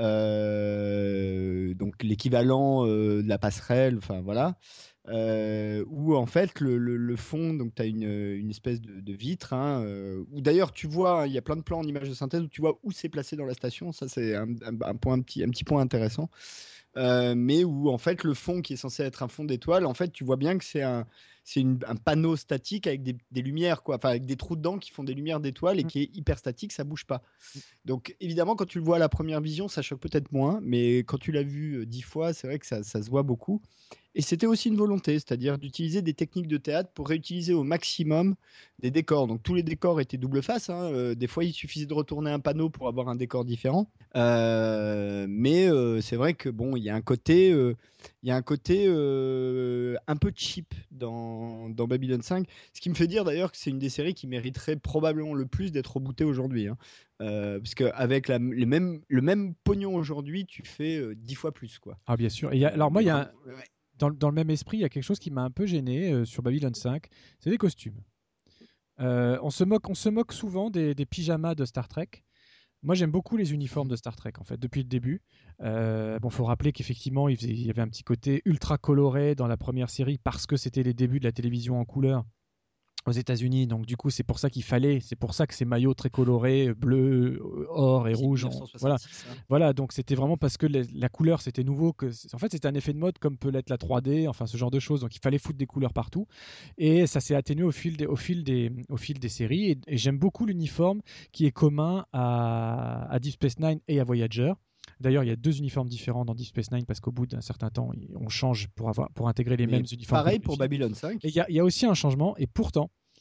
donc l'équivalent de la passerelle, enfin voilà. Où en fait le fond, donc tu as une espèce de vitre, hein, où d'ailleurs tu vois, il y a plein de plans en image de synthèse où tu vois où c'est placé dans la station, ça c'est un petit point intéressant, mais où en fait le fond qui est censé être un fond d'étoile, en fait tu vois bien que un panneau statique avec des lumières, quoi, enfin avec des trous dedans qui font des lumières d'étoiles et Mm. qui est hyper statique, ça bouge pas. Donc évidemment quand tu le vois à la première vision ça choque peut-être moins, mais quand tu l'as vu 10 fois, c'est vrai que ça se voit beaucoup. Et c'était aussi une volonté, c'est-à-dire d'utiliser des techniques de théâtre pour réutiliser au maximum des décors. Donc tous les décors étaient double face, hein. Des fois, il suffisait de retourner un panneau pour avoir un décor différent. Mais c'est vrai que bon, il y a un côté un peu cheap dans Babylon 5. Ce qui me fait dire d'ailleurs que c'est une des séries qui mériterait probablement le plus d'être rebootée aujourd'hui, hein. Parce qu'avec le même pognon aujourd'hui, tu fais 10 fois plus, quoi. Ah bien sûr. Alors moi, Vraiment, ouais. dans le même esprit, il y a quelque chose qui m'a un peu gêné sur Babylon 5, c'est les costumes. On se moque souvent des pyjamas de Star Trek. Moi, j'aime beaucoup les uniformes de Star Trek, en fait, depuis le début. Bon, faut rappeler qu'effectivement, il y avait un petit côté ultra coloré dans la première série parce que c'était les débuts de la télévision en couleur aux États-Unis. Donc, du coup, c'est pour ça c'est pour ça que ces maillots très colorés, bleu, or et Aussi, rouge, voilà. 1966, hein. Voilà, donc c'était vraiment parce que la couleur c'était nouveau en fait c'était un effet de mode comme peut l'être la 3D, enfin ce genre de choses. Donc il fallait foutre des couleurs partout et ça s'est atténué au fil des séries et j'aime beaucoup l'uniforme qui est commun à Deep Space Nine et à Voyager. D'ailleurs, il y a 2 uniformes différents dans Deep Space Nine parce qu'au bout d'un certain temps, on change pour intégrer les Mais mêmes uniformes. pareil que dans pour le film. Babylon 5. Et il y a aussi un changement et pourtant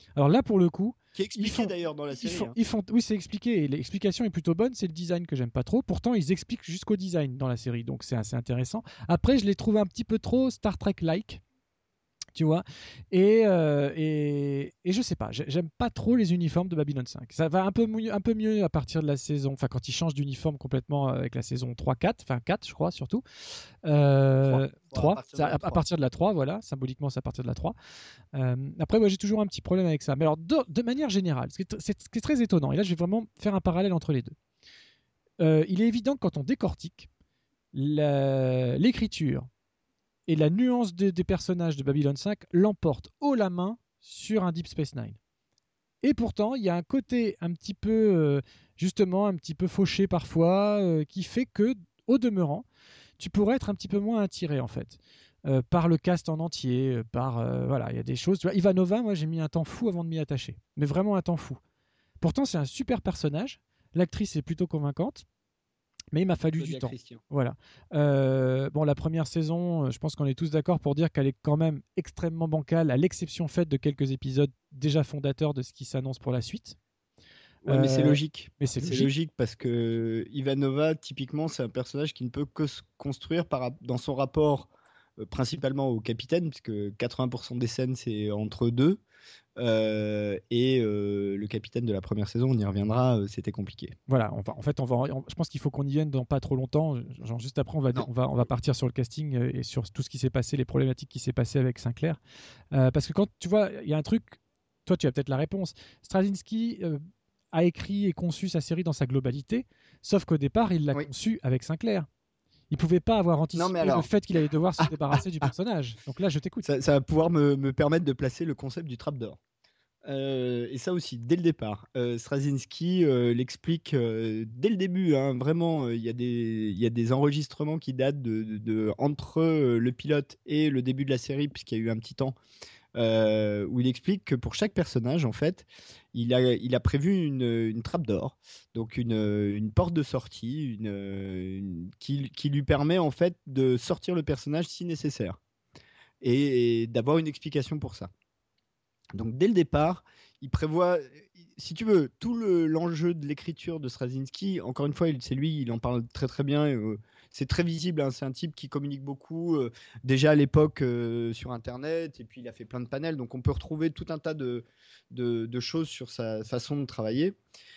Alors là, pour le coup, Qui est expliqué d'ailleurs dans la série. Hein. oui, c'est expliqué. Et l'explication est plutôt bonne. C'est le design que j'aime pas trop. Pourtant, ils expliquent jusqu'au design dans la série, donc c'est assez intéressant. Après, je les trouve un petit peu trop Star Trek-like. Tu vois, et je sais pas, j'aime pas trop les uniformes de Babylon 5. Ça va un peu mieux à partir de la saison, enfin quand ils changent d'uniforme complètement avec la saison 3-4, enfin 4 je crois surtout. 3, à partir de la 3, voilà, symboliquement c'est à partir de la 3. Après, moi j'ai toujours un petit problème avec ça. Mais alors, de manière générale, ce qui est très étonnant, et là je vais vraiment faire un parallèle entre les deux. Il est évident que quand on décortique l'écriture et la nuance des personnages de Babylon 5 l'emporte haut la main sur un Deep Space Nine. Et pourtant, il y a un côté un petit peu, justement, un petit peu fauché parfois, qui fait que, au demeurant, tu pourrais être un petit peu moins attiré, en fait, par le cast en entier, voilà, il y a des choses. Tu vois, Ivanova, moi, j'ai mis un temps fou avant de m'y attacher. Mais vraiment un temps fou. Pourtant, c'est un super personnage. L'actrice est plutôt convaincante. Mais il m'a fallu du temps. Christian. Voilà. Bon, la première saison, je pense qu'on est tous d'accord pour dire qu'elle est quand même extrêmement bancale, à l'exception faite de quelques épisodes déjà fondateurs de ce qui s'annonce pour la suite. Ouais, mais c'est logique. Mais c'est logique parce que Ivanova, typiquement, c'est un personnage qui ne peut que se construire dans son rapport principalement au capitaine, puisque 80% des scènes, c'est entre eux deux. Le capitaine de la première saison, on y reviendra, c'était compliqué. Voilà, je pense qu'il faut qu'on y vienne dans pas trop longtemps. Genre juste après, on va partir sur le casting et sur tout ce qui s'est passé, les problématiques qui s'est passé avec Sinclair. Parce que quand tu vois, il y a un truc, toi tu as peut-être la réponse. Straczynski a écrit et conçu sa série dans sa globalité, sauf qu'au départ, il l'a conçu avec Sinclair. Il pouvait pas avoir anticipé le fait qu'il allait devoir se débarrasser du personnage. Donc là, je t'écoute. Ça va pouvoir me permettre de placer le concept du trapdoor. Et ça aussi, dès le départ, Straczynski l'explique dès le début. Hein, vraiment, il y a des enregistrements qui datent entre le pilote et le début de la série, puisqu'il y a eu un petit temps où il explique que pour chaque personnage, en fait, il a prévu une trappe d'or, donc une porte de sortie, qui lui permet en fait de sortir le personnage si nécessaire et d'avoir une explication pour ça. Donc dès le départ, il prévoit, si tu veux, tout l'enjeu de l'écriture de Straczynski. Encore une fois, c'est lui, il en parle très très bien. C'est très visible, hein, c'est un type qui communique beaucoup, déjà à l'époque sur Internet, et puis il a fait plein de panels, donc on peut retrouver tout un tas de choses sur sa façon de travailler.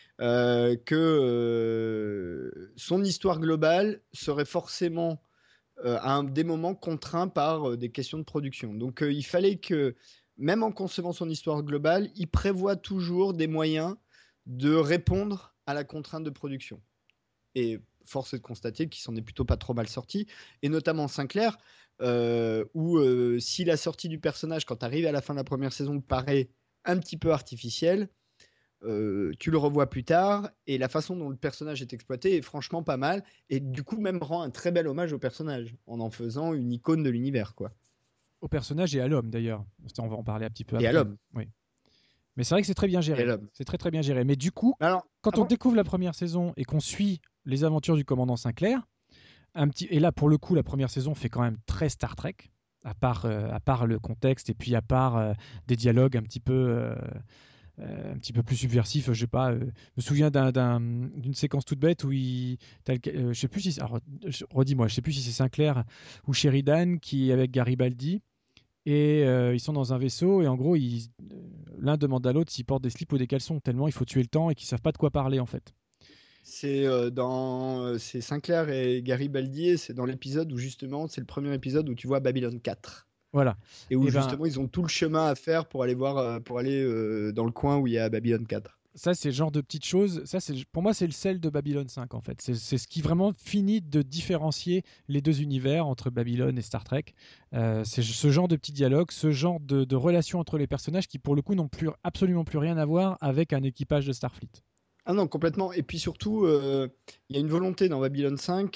Son histoire globale serait forcément à des moments contraints par des questions de production. Donc il fallait que, même en concevant son histoire globale, il prévoit toujours des moyens de répondre à la contrainte de production. Et force est de constater qu'il s'en est plutôt pas trop mal sorti, et notamment Sinclair, où si la sortie du personnage, quand tu arrives à la fin de la première saison, paraît un petit peu artificielle, tu le revois plus tard, et la façon dont le personnage est exploité est franchement pas mal, et du coup même rend un très bel hommage au personnage, en faisant une icône de l'univers, quoi. Au personnage et à l'homme d'ailleurs. On va en parler un petit peu après. Et à l'homme. Oui. Mais c'est vrai que c'est très bien géré. C'est très très bien géré. Mais du coup, quand on découvre la première saison et qu'on suit les aventures du commandant Sinclair, et là pour le coup la première saison fait quand même très Star Trek, à part le contexte et puis à part des dialogues un petit peu plus subversifs. Je sais pas, me souviens d'une séquence toute bête où je sais plus si, alors, redis-moi, je sais plus si c'est Sinclair ou Sheridan qui est avec Garibaldi. Et ils sont dans un vaisseau et en gros, l'un demande à l'autre s'il porte des slips ou des caleçons, tellement il faut tuer le temps et qu'ils savent pas de quoi parler en fait. C'est c'est Sinclair et Garibaldi, et c'est dans l'épisode où justement, c'est le premier épisode où tu vois Babylone 4. Voilà. Et où justement ils ont tout le chemin à faire pour aller dans le coin où il y a Babylone 4. Ça, c'est le genre de petites choses. Ça, pour moi, c'est le sel de Babylone 5, en fait. C'est ce qui vraiment finit de différencier les deux univers entre Babylone et Star Trek. C'est ce genre de petits dialogues, ce genre de relations entre les personnages qui, pour le coup, n'ont absolument plus rien à voir avec un équipage de Starfleet. Ah non, complètement. Et puis surtout, il y a une volonté dans Babylone 5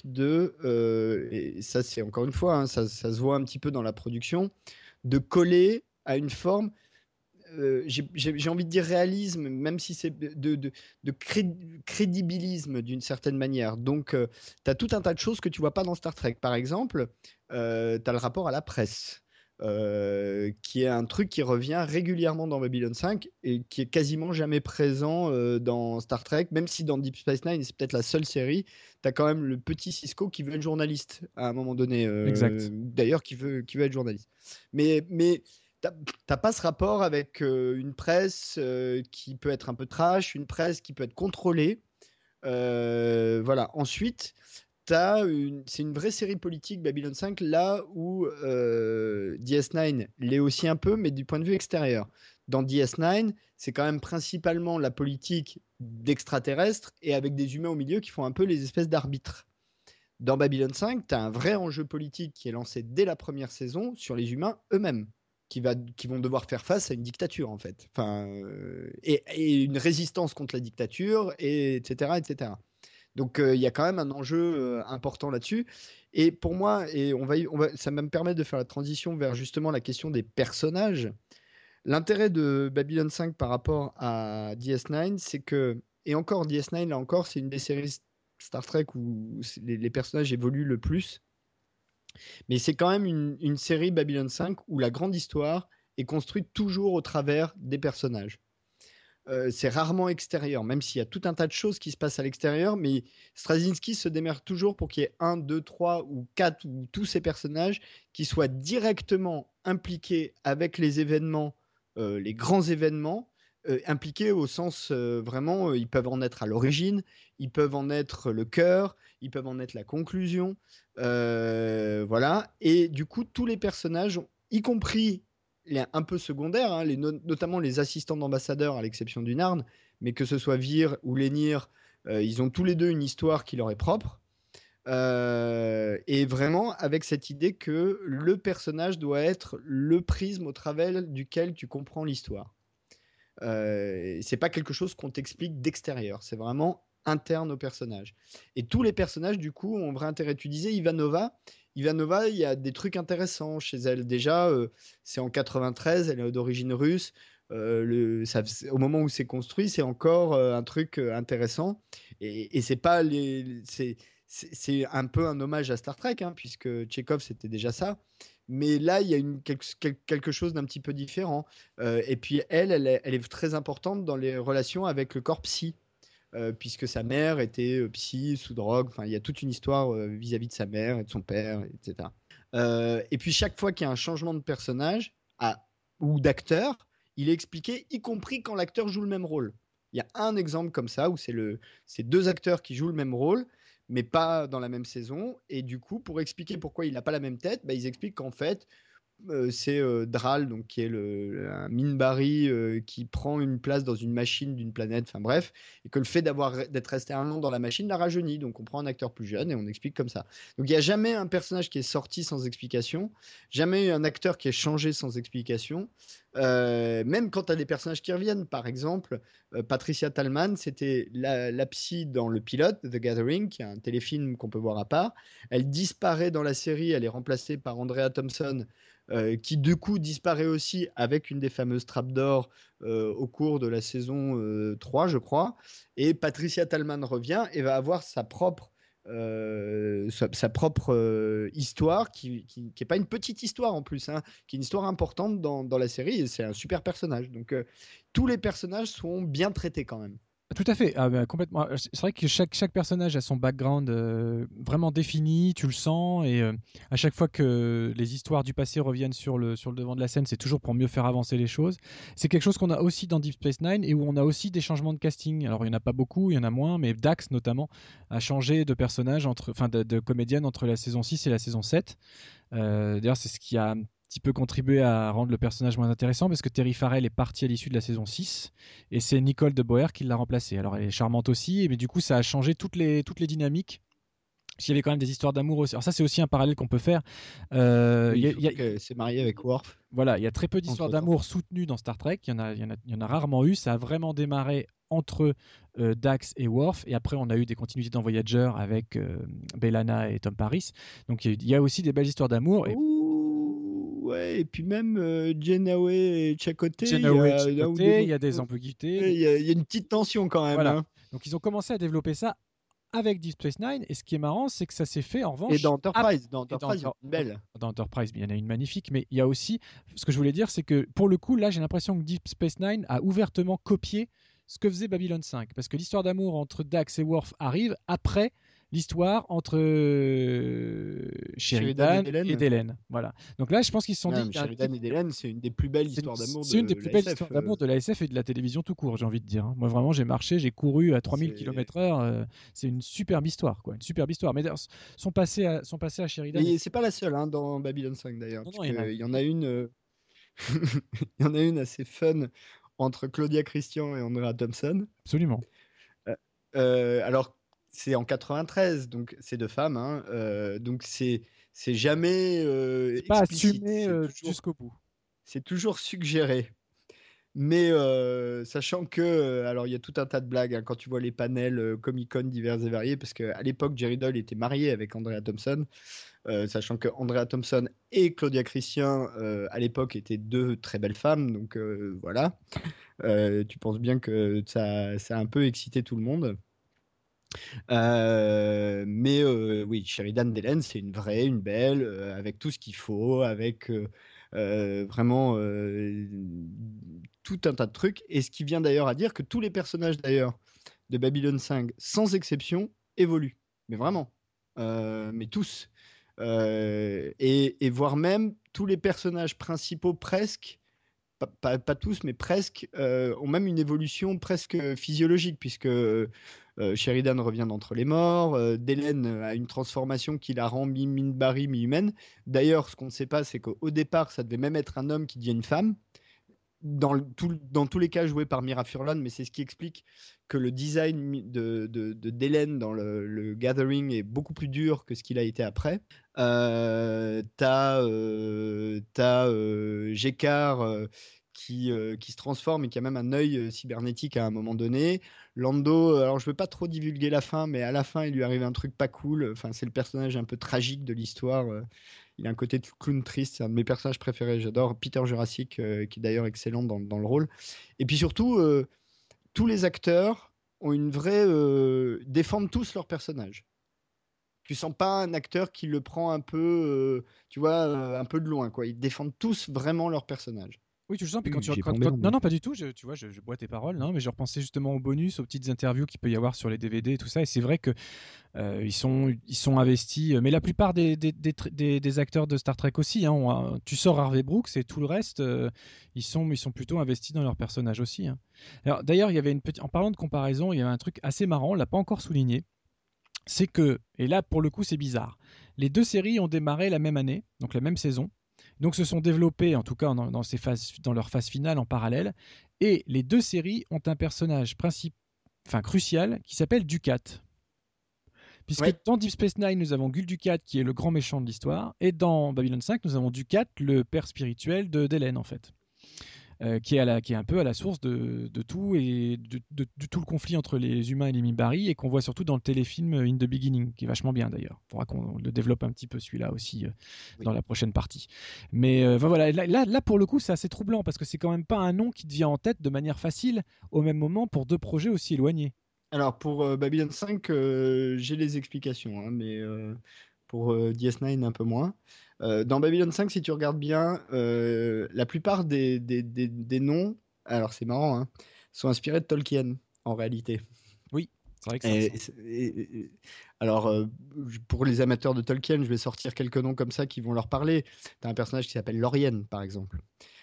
et ça c'est encore une fois, hein, ça se voit un petit peu dans la production, de coller à une forme, j'ai envie de dire réalisme, même si c'est de crédibilisme d'une certaine manière. Donc, tu as tout un tas de choses que tu vois pas dans Star Trek. Par exemple, tu as le rapport à la presse. qui est un truc qui revient régulièrement dans Babylon 5 et qui est quasiment jamais présent dans Star Trek, même si dans Deep Space Nine, c'est peut-être la seule série, tu as quand même le petit Cisco qui veut être journaliste à un moment donné, Exact. d'ailleurs qui veut être journaliste. Mais t'as pas ce rapport avec une presse qui peut être un peu trash, une presse qui peut être contrôlée. Voilà. Ensuite, c'est une vraie série politique, Babylon 5, là où DS9 l'est aussi un peu, mais du point de vue extérieur. Dans DS9, c'est quand même principalement la politique d'extraterrestres et avec des humains au milieu qui font un peu les espèces d'arbitres. Dans Babylon 5, tu as un vrai enjeu politique qui est lancé dès la première saison sur les humains eux-mêmes, qui vont devoir faire face à une dictature, en fait. Et une résistance contre la dictature, etc., etc. Donc il y a quand même un enjeu important là-dessus. Et pour moi, ça me permet de faire la transition vers justement la question des personnages. L'intérêt de Babylon 5 par rapport à DS9, c'est que, et encore DS9, là encore, c'est une des séries Star Trek où les personnages évoluent le plus. Mais c'est quand même une série Babylon 5 où la grande histoire est construite toujours au travers des personnages. C'est rarement extérieur, même s'il y a tout un tas de choses qui se passent à l'extérieur, mais Straczynski se démerde toujours pour qu'il y ait 1, 2, 3 ou 4 ou tous ces personnages qui soient directement impliqués avec les événements, les grands événements, impliqués au sens vraiment, ils peuvent en être à l'origine, ils peuvent en être le cœur, ils peuvent en être la conclusion, voilà. Et du coup, tous les personnages, y compris un peu secondaires, hein, notamment les assistants d'ambassadeurs, à l'exception du Narn, mais que ce soit Vir ou Lenir, ils ont tous les deux une histoire qui leur est propre. Et vraiment avec cette idée que le personnage doit être le prisme au travers duquel tu comprends l'histoire. C'est pas quelque chose qu'on t'explique d'extérieur, c'est vraiment interne au personnage. Et tous les personnages, du coup, ont un vrai intérêt. Tu disais Ivanova. Ivanova, il y a des trucs intéressants chez elle. Déjà, c'est en 93, elle est d'origine russe. Au moment où c'est construit, c'est encore un truc intéressant. Et c'est pas c'est un peu un hommage à Star Trek, hein, puisque Tchekhov, c'était déjà ça. Mais là, il y a quelque chose d'un petit peu différent. Et puis elle est très importante dans les relations avec le corps psy, puisque sa mère était psy sous drogue. Enfin, il y a toute une histoire vis-à-vis de sa mère et de son père, etc. Et puis chaque fois qu'il y a un changement de personnage ou d'acteur, il est expliqué, y compris quand l'acteur joue le même rôle. Il y a un exemple comme ça où c'est deux acteurs qui jouent le même rôle, mais pas dans la même saison. Et du coup, pour expliquer pourquoi il n'a pas la même tête, bah, ils expliquent qu'en fait, c'est Dral, donc, qui est un Minbari qui prend une place dans une machine d'une planète, enfin bref, et que le fait d'être resté un an dans la machine l'a rajeuni. Donc on prend un acteur plus jeune et on explique comme ça. Donc il n'y a jamais un personnage qui est sorti sans explication, jamais un acteur qui est changé sans explication. Même quand tu as des personnages qui reviennent, par exemple, Patricia Tallman, c'était la psy dans le pilote, The Gathering, qui est un téléfilm qu'on peut voir à part. Elle disparaît dans la série, elle est remplacée par Andrea Thompson, qui du coup disparaît aussi avec une des fameuses trappes d'or au cours de la saison 3, je crois. Et Patricia Tallman revient et va avoir sa propre histoire, qui est pas une petite histoire en plus, hein, qui est une histoire importante dans la série, et c'est un super personnage. Donc tous les personnages sont bien traités quand même. Tout à fait, ah, bah, complètement. C'est vrai que chaque personnage a son background vraiment défini, tu le sens, et à chaque fois que les histoires du passé reviennent sur le devant de la scène, c'est toujours pour mieux faire avancer les choses. C'est quelque chose qu'on a aussi dans Deep Space Nine, et où on a aussi des changements de casting. Alors il n'y en a pas beaucoup, il y en a moins, mais Dax notamment a changé de personnage, de comédienne entre la saison 6 et la saison 7. D'ailleurs, c'est ce qui a un petit peu contribué à rendre le personnage moins intéressant, parce que Terry Farrell est parti à l'issue de la saison 6 et c'est Nicole de Boer qui l'a remplacée. Alors elle est charmante aussi, mais du coup ça a changé toutes les dynamiques. S'il y avait quand même des histoires d'amour aussi. Alors ça c'est aussi un parallèle qu'on peut faire. C'est marié avec Worf. Voilà, il y a très peu d'histoires d'amour soutenues dans Star Trek. Il y en a rarement eu. Ça a vraiment démarré entre Dax et Worf, et après on a eu des continuités dans Voyager avec B'Elanna et Tom Paris. Donc il y a aussi des belles histoires d'amour. Ouais, et puis même Janeway et Chakotay, Il y a des ambiguïtés. Il y a une petite tension quand même. Voilà. Hein. Donc ils ont commencé à développer ça avec Deep Space Nine. Et ce qui est marrant, c'est que ça s'est fait en revanche. Et dans Enterprise, et dans il y en a une belle. Dans Enterprise, il y en a une magnifique, mais il y a aussi. Ce que je voulais dire, c'est que pour le coup, là, j'ai l'impression que Deep Space Nine a ouvertement copié ce que faisait Babylon 5. Parce que l'histoire d'amour entre Dax et Worf arrive après l'histoire entre Sheridan et Delenn. Voilà. Donc là, je pense qu'ils se sont dit. Sheridan et Delenn, c'est une des plus belles histoires d'amour de C'est une des plus belles la SF, histoires d'amour de la SF et de la télévision tout court, j'ai envie de dire. Hein. Moi, vraiment, j'ai marché, j'ai couru à 3000 km/h. C'est une superbe histoire, quoi. Une superbe histoire. Mais d'ailleurs, sont passés à Sheridan. Et c'est pas la seule dans Babylon 5, d'ailleurs. Non, Il y en a une. Il y en a une assez fun entre Claudia Christian et Andrea Thompson. Absolument. Alors, c'est en 93, donc c'est deux femmes. Hein, donc, c'est jamais pas explicite. assumé jusqu'au bout. C'est toujours suggéré. Mais sachant que, alors il y a tout un tas de blagues hein, quand tu vois les panels Comic-Con divers et variés, parce qu'à l'époque, Jerry Doyle était marié avec Andrea Thompson, sachant que Andrea Thompson et Claudia Christian, à l'époque, étaient deux très belles femmes, donc voilà. Tu penses bien que ça a un peu excité tout le monde. Mais oui, Sheridan Delenn, c'est une vraie, une belle, avec tout ce qu'il faut, avec vraiment tout un tas de trucs. Et ce qui vient d'ailleurs à dire que tous les personnages d'ailleurs de Babylon 5, sans exception, évoluent. Mais vraiment. Mais tous. Et voire même tous les personnages principaux presque, pas tous, mais presque, ont même une évolution presque physiologique, puisque Sheridan revient d'entre les morts, Delenn a une transformation qui la rend mi-Minbari, mi-humaine. D'ailleurs, ce qu'on ne sait pas, c'est qu'au départ, ça devait même être un homme qui devient une femme. Dans tous les cas joué par Mira Furlan, mais c'est ce qui explique que le design de Delenn dans le Gathering est beaucoup plus dur que ce qu'il a été après. T'as G'Kar qui se transforme et qui a même un œil cybernétique à un moment donné. Lando, alors je veux pas trop divulguer la fin, mais à la fin il lui arrive un truc pas cool. Enfin, c'est le personnage un peu tragique de l'histoire. Il a un côté de clown triste, c'est un de mes personnages préférés. J'adore Peter Jurassic, qui est d'ailleurs excellent dans le rôle. Et puis surtout, tous les acteurs ont une vraie défendent tous leur personnage. Tu sens pas un acteur qui le prend un peu, tu vois, un peu de loin, quoi. Ils défendent tous vraiment leur personnage. Oui, tu le sens. Puis Oui, non, pas du tout. Tu vois, je bois tes paroles. Non, mais je repensais justement aux bonus, aux petites interviews qu'il peut y avoir sur les DVD et tout ça. Et c'est vrai que ils sont investis. Mais la plupart des acteurs de Star Trek aussi. Hein, tu sors Harvey Brooks et tout le reste, ils sont plutôt investis dans leurs personnages aussi. Hein. Alors, d'ailleurs, il y avait en parlant de comparaison, il y avait un truc assez marrant. On l'a pas encore souligné. C'est que, et là pour le coup c'est bizarre, les deux séries ont démarré la même année, donc la même saison, donc se sont développées en tout cas dans leur phase finale en parallèle, et les deux séries ont un personnage crucial qui s'appelle Dukat. Puisque dans Deep Space Nine, nous avons Gul Dukat qui est le grand méchant de l'histoire, et dans Babylon 5, nous avons Dukat, le père spirituel de Delenn en fait. Qui est un peu à la source de tout et de tout le conflit entre les humains et les Minbari, et qu'on voit surtout dans le téléfilm In the Beginning, qui est vachement bien d'ailleurs. Il faudra qu'on le développe un petit peu celui-là aussi dans la prochaine partie. Mais voilà, là pour le coup c'est assez troublant parce que c'est quand même pas un nom qui te vient en tête de manière facile au même moment pour deux projets aussi éloignés. Alors pour Babylon 5, j'ai les explications, hein, mais pour DS9 un peu moins. Dans Babylon 5, si tu regardes bien, la plupart des noms, alors c'est marrant, hein, sont inspirés de Tolkien en réalité. Oui, c'est vrai que ça alors, pour les amateurs de Tolkien, je vais sortir quelques noms comme ça qui vont leur parler. Tu as un personnage qui s'appelle Lorien, par exemple.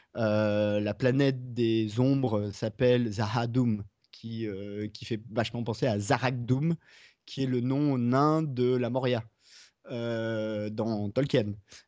La planète des ombres s'appelle Zahadum, qui fait vachement penser à Zaraq-Dum, qui est le nom nain de la Moria dans Tolkien.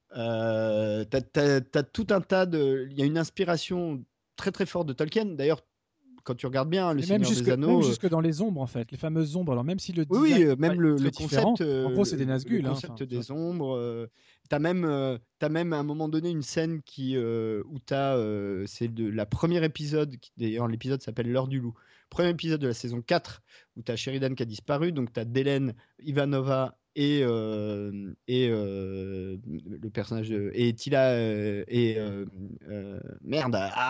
T'as tout un tas de... Il y a une inspiration très très forte de Tolkien. D'ailleurs, quand tu regardes bien Le Seigneur des Anneaux... Même jusque dans les ombres, en fait, les fameuses ombres. Alors même si le design oui, même le concept... en gros, c'est des Nazgûl. Le concept des ombres... T'as même à un moment donné une scène où c'est la première épisode, d'ailleurs l'épisode s'appelle L'heure du loup. Premier épisode de la saison 4, où t'as Sheridan qui a disparu, donc t'as Delenn, Ivanova le personnage de et Tila merde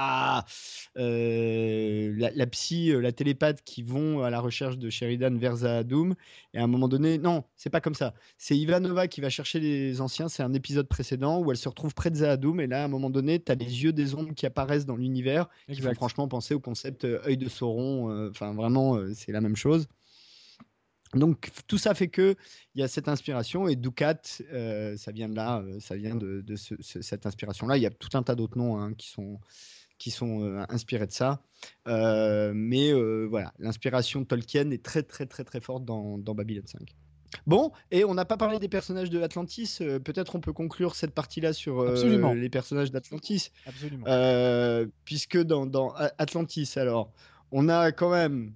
la psy, la télépathe qui vont à la recherche de Sheridan vers Zahadum et à un moment donné non c'est pas comme ça, c'est Ivanova qui va chercher les anciens, c'est un épisode précédent où elle se retrouve près de Zahadum et là à un moment donné t'as les yeux des ombres qui apparaissent dans l'univers qui font franchement penser au concept œil de Sauron, enfin vraiment c'est la même chose. Donc tout ça fait que il y a cette inspiration et Ducat, ça vient de là, ça vient de cette inspiration-là. Il y a tout un tas d'autres noms hein, qui sont inspirés de ça, mais voilà, l'inspiration de Tolkien est très très très très forte dans Babylon 5. Bon, et on n'a pas parlé des personnages de Atlantis. Peut-être on peut conclure cette partie-là sur les personnages d'Atlantis. Absolument. Puisque dans Atlantis, alors, on a quand même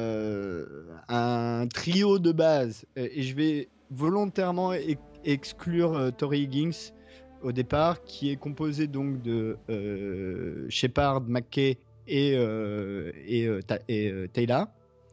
un trio de base, et je vais volontairement exclure Tori Higgins au départ, qui est composé donc de Shepard, McKay et Taylor.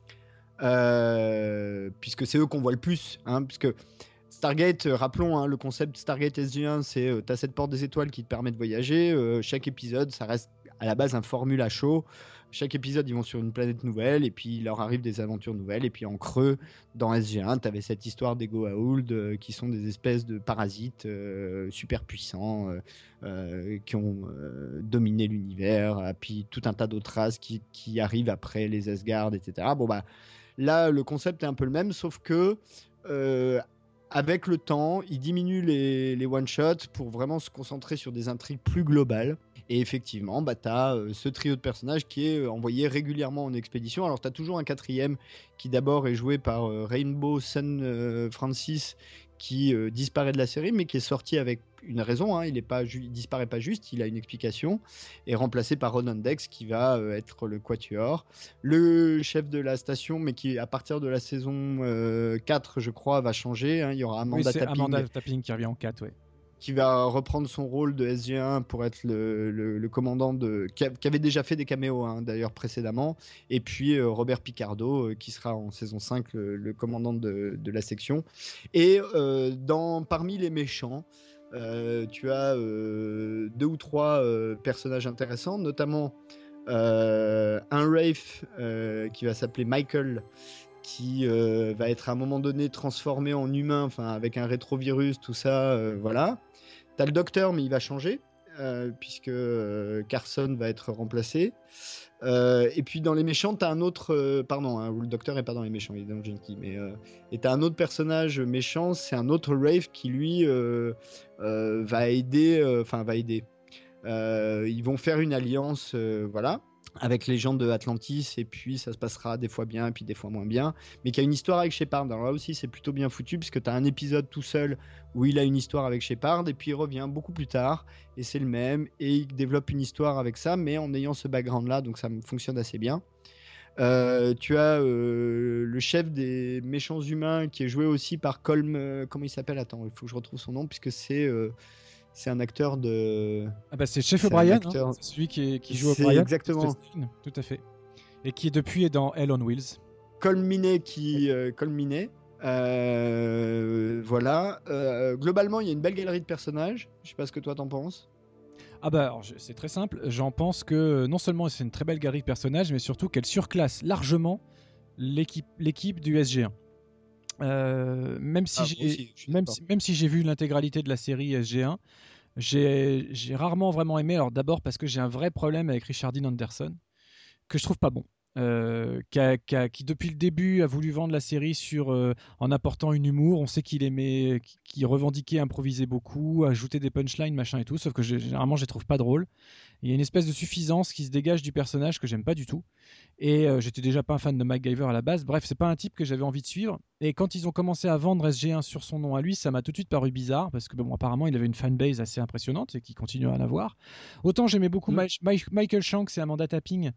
Puisque c'est eux qu'on voit le plus, hein, puisque Stargate, rappelons hein, le concept Stargate SG1, c'est t'as cette porte des étoiles qui te permet de voyager, chaque épisode ça reste à la base un formule à chaud, chaque épisode ils vont sur une planète nouvelle et puis il leur arrive des aventures nouvelles et puis en creux dans SG1 t'avais cette histoire des Goa'uld qui sont des espèces de parasites super puissants qui ont dominé l'univers, puis tout un tas d'autres races qui arrivent après les Asgard, etc. Bon bah là, le concept est un peu le même, sauf que avec le temps, il diminue les one-shots pour vraiment se concentrer sur des intrigues plus globales. Et effectivement, bah, tu as ce trio de personnages qui est envoyé régulièrement en expédition. Alors, tu as toujours un quatrième qui d'abord est joué par Rainbow Sun Francis, qui disparaît de la série, mais qui est sorti avec une raison. Hein. Il disparaît pas juste, il a une explication. Et remplacé par Ronan Dex, qui va être le quatuor. Le chef de la station, mais qui, à partir de la saison 4, je crois, va changer. Hein. Il y aura Amanda Tapping qui revient en 4, ouais. Qui va reprendre son rôle de SG1 pour être le commandant qui avait déjà fait des caméos hein, d'ailleurs précédemment, et puis Robert Picardo qui sera en saison 5 le commandant de la section. Et parmi les méchants, tu as 2 ou 3 personnages intéressants, notamment un Wraith qui va s'appeler Michael, qui va être à un moment donné transformé en humain, enfin avec un rétrovirus, tout ça, voilà. T'as le docteur, mais il va changer, puisque Carson va être remplacé. Et puis dans les méchants, t'as un autre... pardon, hein, le docteur est pas dans les méchants, il est dans le gentil. Mais, et t'as un autre personnage méchant, c'est un autre Wraith qui, lui, va aider... ils vont faire une alliance, voilà, avec les gens de Atlantis, et puis ça se passera des fois bien et puis des fois moins bien, mais qui a une histoire avec Shepard. Alors là aussi c'est plutôt bien foutu puisque tu as un épisode tout seul où il a une histoire avec Shepard et puis il revient beaucoup plus tard et c'est le même et il développe une histoire avec ça mais en ayant ce background là, donc ça fonctionne assez bien. Tu as le chef des méchants humains qui est joué aussi par Colm, comment il s'appelle, attends, il faut que je retrouve son nom puisque c'est un acteur de... Ah bah c'est Chef O'Brien, hein. C'est celui qui joue O'Brien. Exactement. Tout à fait. Et qui depuis est dans Hell on Wheels. Colminet voilà. Globalement, il y a une belle galerie de personnages. Je sais pas ce que toi t'en penses. Ah bah alors, c'est très simple. J'en pense que non seulement c'est une très belle galerie de personnages, mais surtout qu'elle surclasse largement l'équipe du SG1. Même si j'ai vu l'intégralité de la série SG1, j'ai rarement vraiment aimé. Alors d'abord parce que j'ai un vrai problème avec Richard Dean Anderson que je trouve pas bon, qui depuis le début a voulu vendre la série en apportant une humour. On sait qu'il revendiquait improviser beaucoup, ajouter des punchlines, machin et tout, sauf que généralement je les trouve pas drôles. Il y a une espèce de suffisance qui se dégage du personnage que j'aime pas du tout. Et j'étais déjà pas un fan de MacGyver à la base. Bref, c'est pas un type que j'avais envie de suivre. Et quand ils ont commencé à vendre SG1 sur son nom à lui, ça m'a tout de suite paru bizarre parce que bon, apparemment il avait une fanbase assez impressionnante et qui continue à en avoir. Autant j'aimais beaucoup Michael Shanks et Amanda Tapping.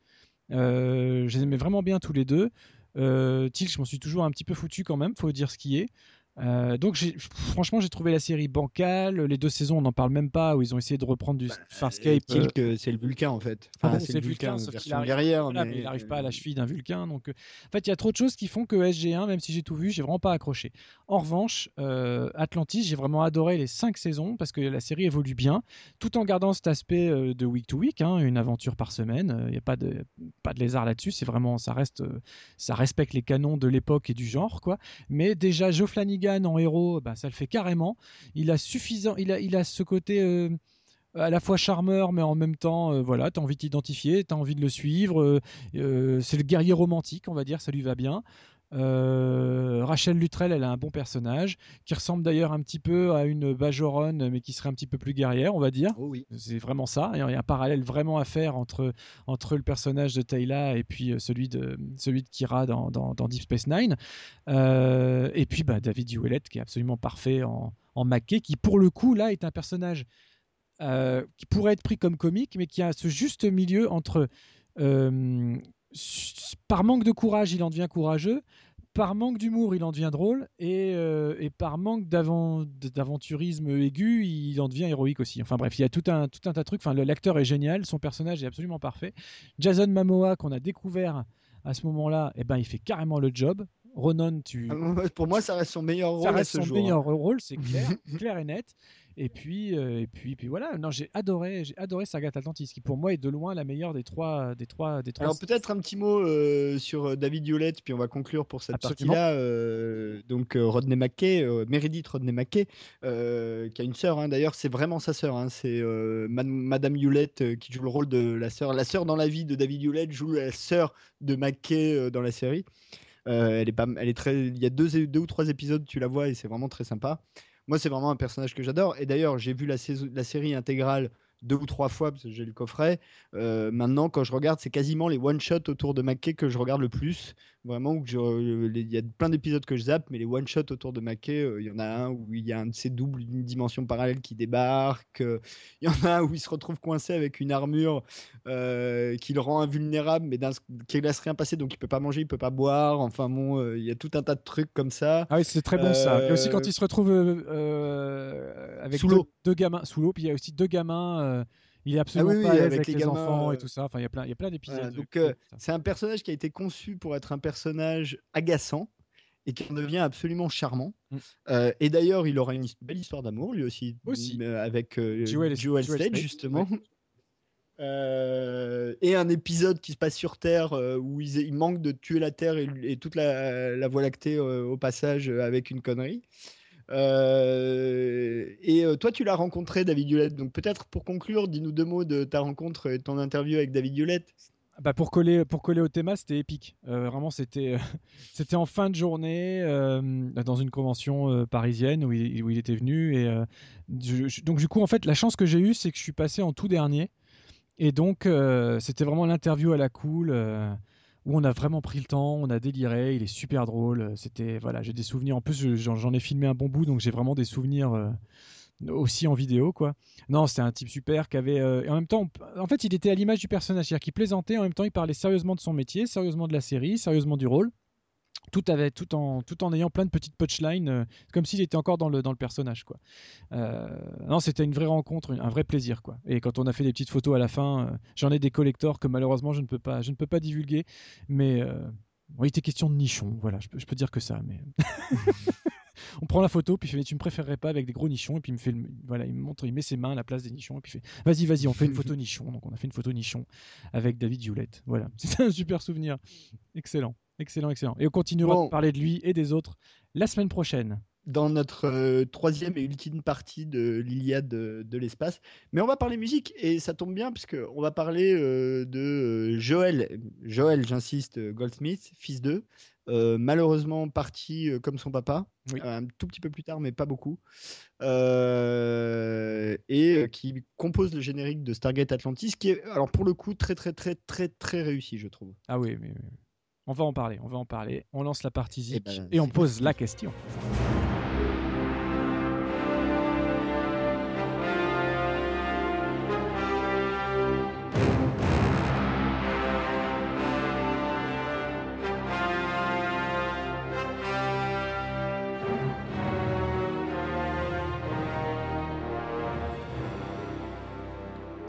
Je les aimais vraiment bien tous les deux. Teal'c, je m'en suis toujours un petit peu foutu quand même, faut dire ce qui est. Donc franchement, j'ai trouvé la série bancale. Les 2 saisons, on n'en parle même pas, où ils ont essayé de reprendre du Farscape. Tilk, c'est le Vulcain en fait. Ah Enfin, bon, c'est le Vulcain, sauf qu'il version arrive, guerrière. voilà, mais il n'arrive pas à la cheville d'un Vulcain. Donc, en fait, il y a trop de choses qui font que SG1, même si j'ai tout vu, j'ai vraiment pas accroché. En revanche, Atlantis, j'ai vraiment adoré les 5 saisons parce que la série évolue bien, tout en gardant cet aspect de week to week, hein, une aventure par semaine. Il n'y a pas de lézard là-dessus. C'est vraiment, ça respecte les canons de l'époque et du genre, quoi. Mais déjà, Joe Flanagan en héros, ça le fait carrément. Il a ce côté à la fois charmeur, mais en même temps, voilà, tu as envie de t'identifier, tu as envie de le suivre. C'est le guerrier romantique, on va dire, ça lui va bien. Rachel Luttrell, elle a un bon personnage qui ressemble d'ailleurs un petit peu à une Bajoran, mais qui serait un petit peu plus guerrière, on va dire. Oh oui. C'est vraiment ça. Il y a un parallèle vraiment à faire entre le personnage de Tayla et puis celui de Kira dans Deep Space Nine. Et puis David Hewlett qui est absolument parfait en Mackay, qui pour le coup là est un personnage qui pourrait être pris comme comique, mais qui a ce juste milieu entre par manque de courage, il en devient courageux, par manque d'humour, il en devient drôle, et par manque d'aventurisme aigu, il en devient héroïque aussi. Enfin bref, il y a tout un tas de trucs. Enfin, l'acteur est génial, son personnage est absolument parfait. Jason Momoa, qu'on a découvert à ce moment-là, il fait carrément le job. Ronan, pour moi, ça reste son meilleur rôle. Ça reste son meilleur hein. rôle, c'est clair, clair et net. Et puis voilà. Non, j'ai adoré Saga Atlantis, qui pour moi est de loin la meilleure des trois. Alors peut-être un petit mot sur David Hewlett, puis on va conclure pour cette Absolument. partie-là. Donc Rodney McKay, Meredith Rodney McKay, qui a une sœur. Hein, d'ailleurs, c'est vraiment sa sœur. Hein, c'est Madame Hewlett qui joue le rôle de la sœur. La sœur dans la vie de David Hewlett joue la sœur de McKay dans la série. Elle est très. Il y a deux ou trois épisodes, tu la vois et c'est vraiment très sympa. Moi, c'est vraiment un personnage que j'adore. Et d'ailleurs, j'ai vu la série intégrale 2 ou 3 fois parce que j'ai le coffret. Maintenant, quand je regarde, c'est quasiment les one-shots autour de McKay que je regarde le plus. Vraiment, il y a plein d'épisodes que je zappe, mais les one-shots autour de McKay, il y en a un où il y a un de ses doubles d'une dimension parallèle qui débarque. Il y en a un où il se retrouve coincé avec une armure qui le rend invulnérable, mais qui laisse rien passer, donc il peut pas manger, il peut pas boire. Enfin bon, il y a tout un tas de trucs comme ça. Ah oui, c'est très bon ça. Et aussi quand il se retrouve avec deux gamins sous l'eau, puis il y a aussi 2 gamins. Il est absolument pas à l'aise avec les gamins, enfants et tout ça. Enfin, il y a plein d'épisodes. Donc c'est un personnage qui a été conçu pour être un personnage agaçant et qui en devient absolument charmant. Et d'ailleurs, il aura une belle histoire d'amour lui aussi. Avec Joel Stage justement. Ouais. Et un épisode qui se passe sur Terre où il manque de tuer la Terre et toute la Voie lactée au passage avec une connerie. Et toi, tu l'as rencontré, David Hewlett. Donc peut-être pour conclure, dis-nous 2 mots de ta rencontre et de ton interview avec David Hewlett. Pour coller au thème, c'était épique. Vraiment, c'était en fin de journée dans une convention parisienne où il était venu. Et donc du coup, en fait, la chance que j'ai eue, c'est que je suis passé en tout dernier. Et donc, c'était vraiment l'interview à la cool, où on a vraiment pris le temps, on a déliré, il est super drôle. Voilà, j'ai des souvenirs. En plus, j'en ai filmé un bon bout, donc j'ai vraiment des souvenirs aussi en vidéo, quoi. Non, c'était un type super qui avait... et en même temps, en fait, il était à l'image du personnage, c'est-à-dire qu'il plaisantait, en même temps, il parlait sérieusement de son métier, sérieusement de la série, sérieusement du rôle. Tout en ayant plein de petites punchlines, comme s'il était encore dans le personnage, quoi. Non, c'était une vraie rencontre, un vrai plaisir, quoi. Et quand on a fait des petites photos à la fin, j'en ai des collectors que malheureusement je ne peux pas divulguer, mais il était question de nichons, voilà, je peux dire que ça, mais on prend la photo, puis il fait, tu me préférerais pas avec des gros nichons, et puis il me montre, il met ses mains à la place des nichons, et puis il fait, vas-y, on fait une photo nichon. Donc on a fait une photo nichon avec David Hewlett, voilà. C'était un super souvenir, excellent. Et on continuera de parler de lui et des autres la semaine prochaine. Dans notre troisième et ultime partie de l'Iliade de l'espace. Mais on va parler musique, et ça tombe bien, puisqu'on va parler de Joel, j'insiste, Goldsmith, fils d'eux, malheureusement parti comme son papa, un tout petit peu plus tard, mais pas beaucoup, et qui compose le générique de Stargate Atlantis, qui est, alors pour le coup, très, très, très, très, très réussi, je trouve. Ah oui, mais... On va en parler. On lance la partie zik et on pose la question.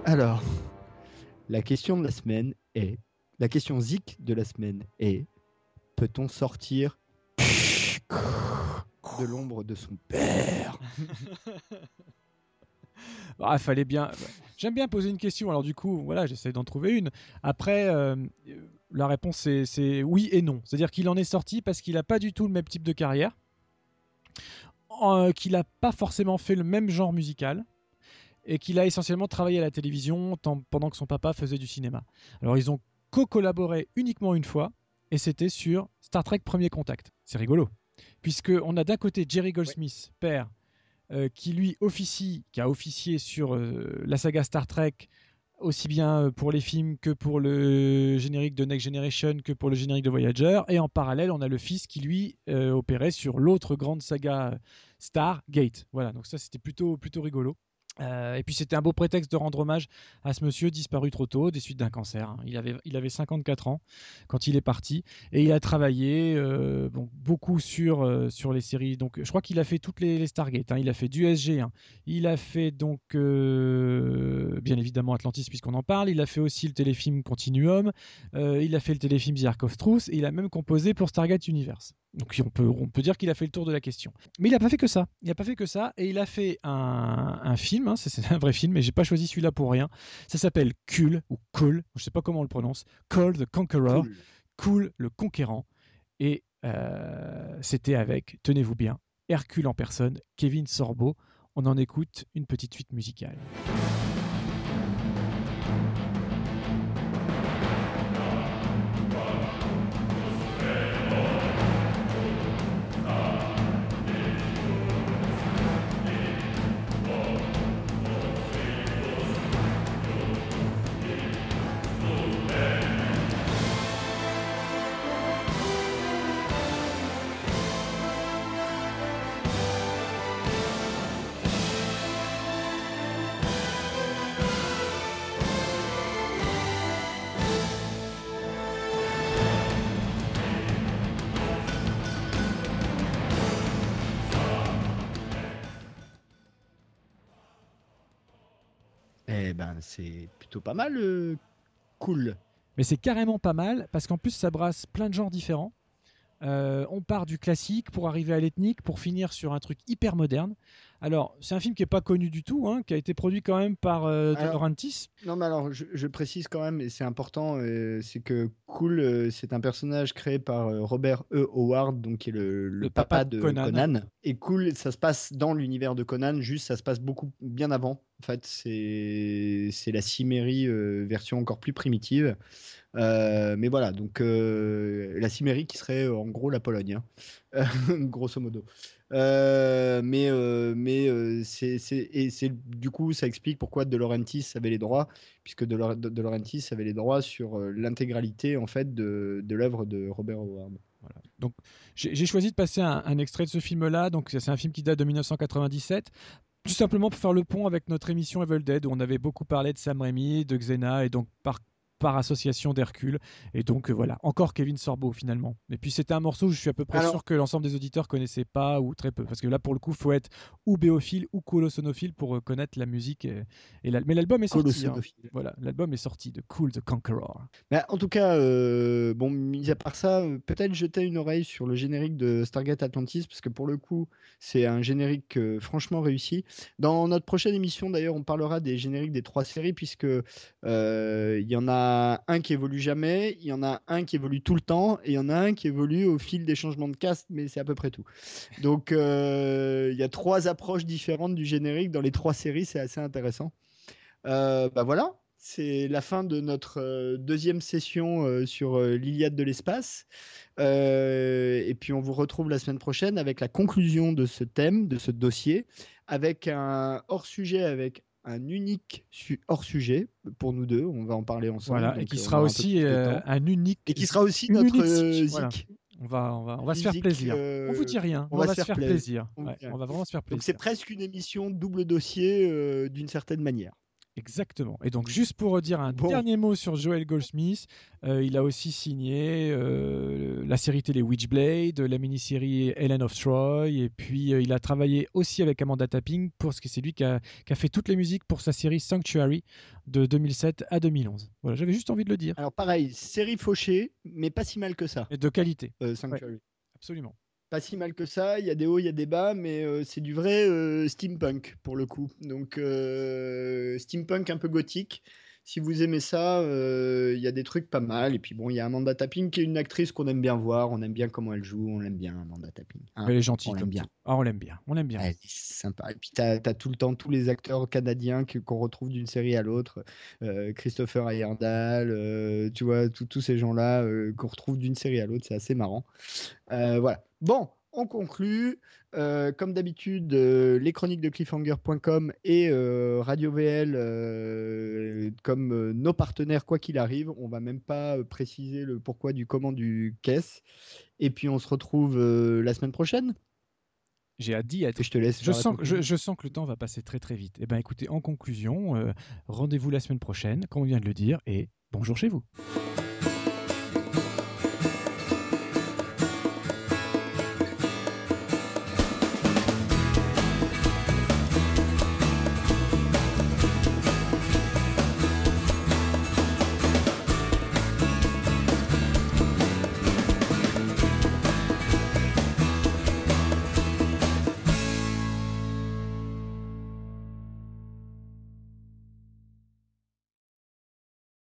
Alors, la question de la semaine est... La question zik de la semaine est... Peut-on sortir de l'ombre de son père? Ah, fallait bien. J'aime bien poser une question, alors du coup, voilà, j'essaie d'en trouver une. Après, la réponse c'est oui et non. C'est-à-dire qu'il en est sorti parce qu'il n'a pas du tout le même type de carrière, qu'il n'a pas forcément fait le même genre musical, et qu'il a essentiellement travaillé à la télévision pendant que son papa faisait du cinéma. Alors ils ont co-collaboré uniquement une fois, et c'était sur Star Trek Premier Contact. C'est rigolo, puisqu'on a d'un côté Jerry Goldsmith, père, qui lui qui a officié sur la saga Star Trek, aussi bien pour les films que pour le générique de Next Generation que pour le générique de Voyager. Et en parallèle, on a le fils qui lui opérait sur l'autre grande saga Stargate. Voilà, donc ça c'était plutôt rigolo. Et puis c'était un beau prétexte de rendre hommage à ce monsieur disparu trop tôt des suites d'un cancer. Il avait 54 ans quand il est parti, et il a travaillé beaucoup sur les séries. Donc je crois qu'il a fait toutes les Stargate, hein. Il a fait du SG1, il a fait donc bien évidemment Atlantis puisqu'on en parle, il a fait aussi le téléfilm Continuum, il a fait le téléfilm The Ark of Truth, et il a même composé pour Stargate Universe. Donc on peut dire qu'il a fait le tour de la question. Mais il n'a pas fait que ça. Et il a fait un film, hein, c'est un vrai film, mais j'ai pas choisi celui-là pour rien. Ça s'appelle Kul, ou Kul, je sais pas comment on le prononce. Kul the Conqueror. Kul le Conquérant. Et c'était avec, tenez-vous bien, Hercule en personne, Kevin Sorbo. On en écoute une petite suite musicale. Eh ben, c'est plutôt pas mal, cool. Mais c'est carrément pas mal, parce qu'en plus ça brasse plein de genres différents. On part du classique pour arriver à l'ethnique, pour finir sur un truc hyper moderne. Alors, c'est un film qui n'est pas connu du tout, hein, qui a été produit quand même par De Laurentiis. Non, mais alors, je précise quand même, et c'est important, c'est que Cool, c'est un personnage créé par Robert E. Howard, donc qui est le papa de Conan. Et Cool, ça se passe dans l'univers de Conan, juste ça se passe beaucoup bien avant. En fait, c'est la Cimmérie version encore plus primitive. Mais voilà, donc la Cimmérie qui serait en gros la Pologne, hein. Grosso modo. Du coup, ça explique pourquoi De Laurentiis avait les droits, puisque De Laurentiis avait les droits sur l'intégralité en fait de l'œuvre de Robert Howard. Voilà. Donc, j'ai choisi de passer un extrait de ce film-là. Donc, c'est un film qui date de 1997. Tout simplement pour faire le pont avec notre émission Evil Dead, où on avait beaucoup parlé de Sam Raimi, de Xena, et donc par association d'Hercule. Et donc voilà, encore Kevin Sorbo finalement. Et puis c'était un morceau où je suis à peu près sûr que l'ensemble des auditeurs connaissaient pas, ou très peu. Parce que là, pour le coup, il faut être ou béophile ou colosonophile pour connaître la musique. Mais l'album est sorti. Hein. Voilà, l'album est sorti de Cool the Conqueror. Mais en tout cas, bon, mis à part ça, peut-être jeter une oreille sur le générique de Stargate Atlantis, parce que pour le coup, c'est un générique franchement réussi. Dans notre prochaine émission, d'ailleurs, on parlera des génériques des 3 séries, puisque il y en a un qui évolue jamais, il y en a un qui évolue tout le temps, et il y en a un qui évolue au fil des changements de cast, mais c'est à peu près tout. Donc, il y a 3 approches différentes du générique dans les 3 séries, c'est assez intéressant. Bah voilà, c'est la fin de notre deuxième session sur l'Iliade de l'espace. Et puis on vous retrouve la semaine prochaine avec la conclusion de ce thème, de ce dossier, avec un hors-sujet, avec un unique hors-sujet pour nous deux. On va en parler ensemble. Voilà, et qui sera aussi un unique. Et qui sera aussi notre zik. Voilà. On va se faire plaisir. On vous dit rien. On va se faire plaisir. Ouais, on va vraiment se faire plaisir. Donc c'est presque une émission double dossier d'une certaine manière. Exactement. Et donc, juste pour dire un dernier mot sur Joel Goldsmith, il a aussi signé la série télé Witchblade, la mini-série Helen of Troy, et puis il a travaillé aussi avec Amanda Tapping, parce que c'est lui qui a fait toutes les musiques pour sa série Sanctuary de 2007 à 2011. Voilà, j'avais juste envie de le dire. Alors pareil, série fauchée, mais pas si mal que ça. Et de qualité. Sanctuary. Ouais, absolument. Pas si mal que ça, il y a des hauts, il y a des bas, mais c'est du vrai steampunk pour le coup. Donc steampunk un peu gothique. Si vous aimez ça, il y a des trucs pas mal. Et puis bon, il y a Amanda Tapping qui est une actrice qu'on aime bien voir. On aime bien comment elle joue. On l'aime bien, Amanda Tapping. Hein, elle est gentille. On l'aime bien. Ah, on l'aime bien. On l'aime bien. Elle est sympa. Et puis t'as tout le temps tous les acteurs canadiens qu'on retrouve d'une série à l'autre. Christopher Heyerdahl, tu vois, tous ces gens-là qu'on retrouve d'une série à l'autre. C'est assez marrant. Voilà. Bon, on conclut. Comme d'habitude, les chroniques de cliffhanger.com et Radio VL comme nos partenaires, quoi qu'il arrive. On va même pas préciser le pourquoi du comment du qu'est-ce. Et puis on se retrouve la semaine prochaine. J'ai hâte d'y être. Je te laisse. Je sens que le temps va passer très très vite. Eh bien écoutez, en conclusion, rendez-vous la semaine prochaine, comme on vient de le dire, et bonjour chez vous.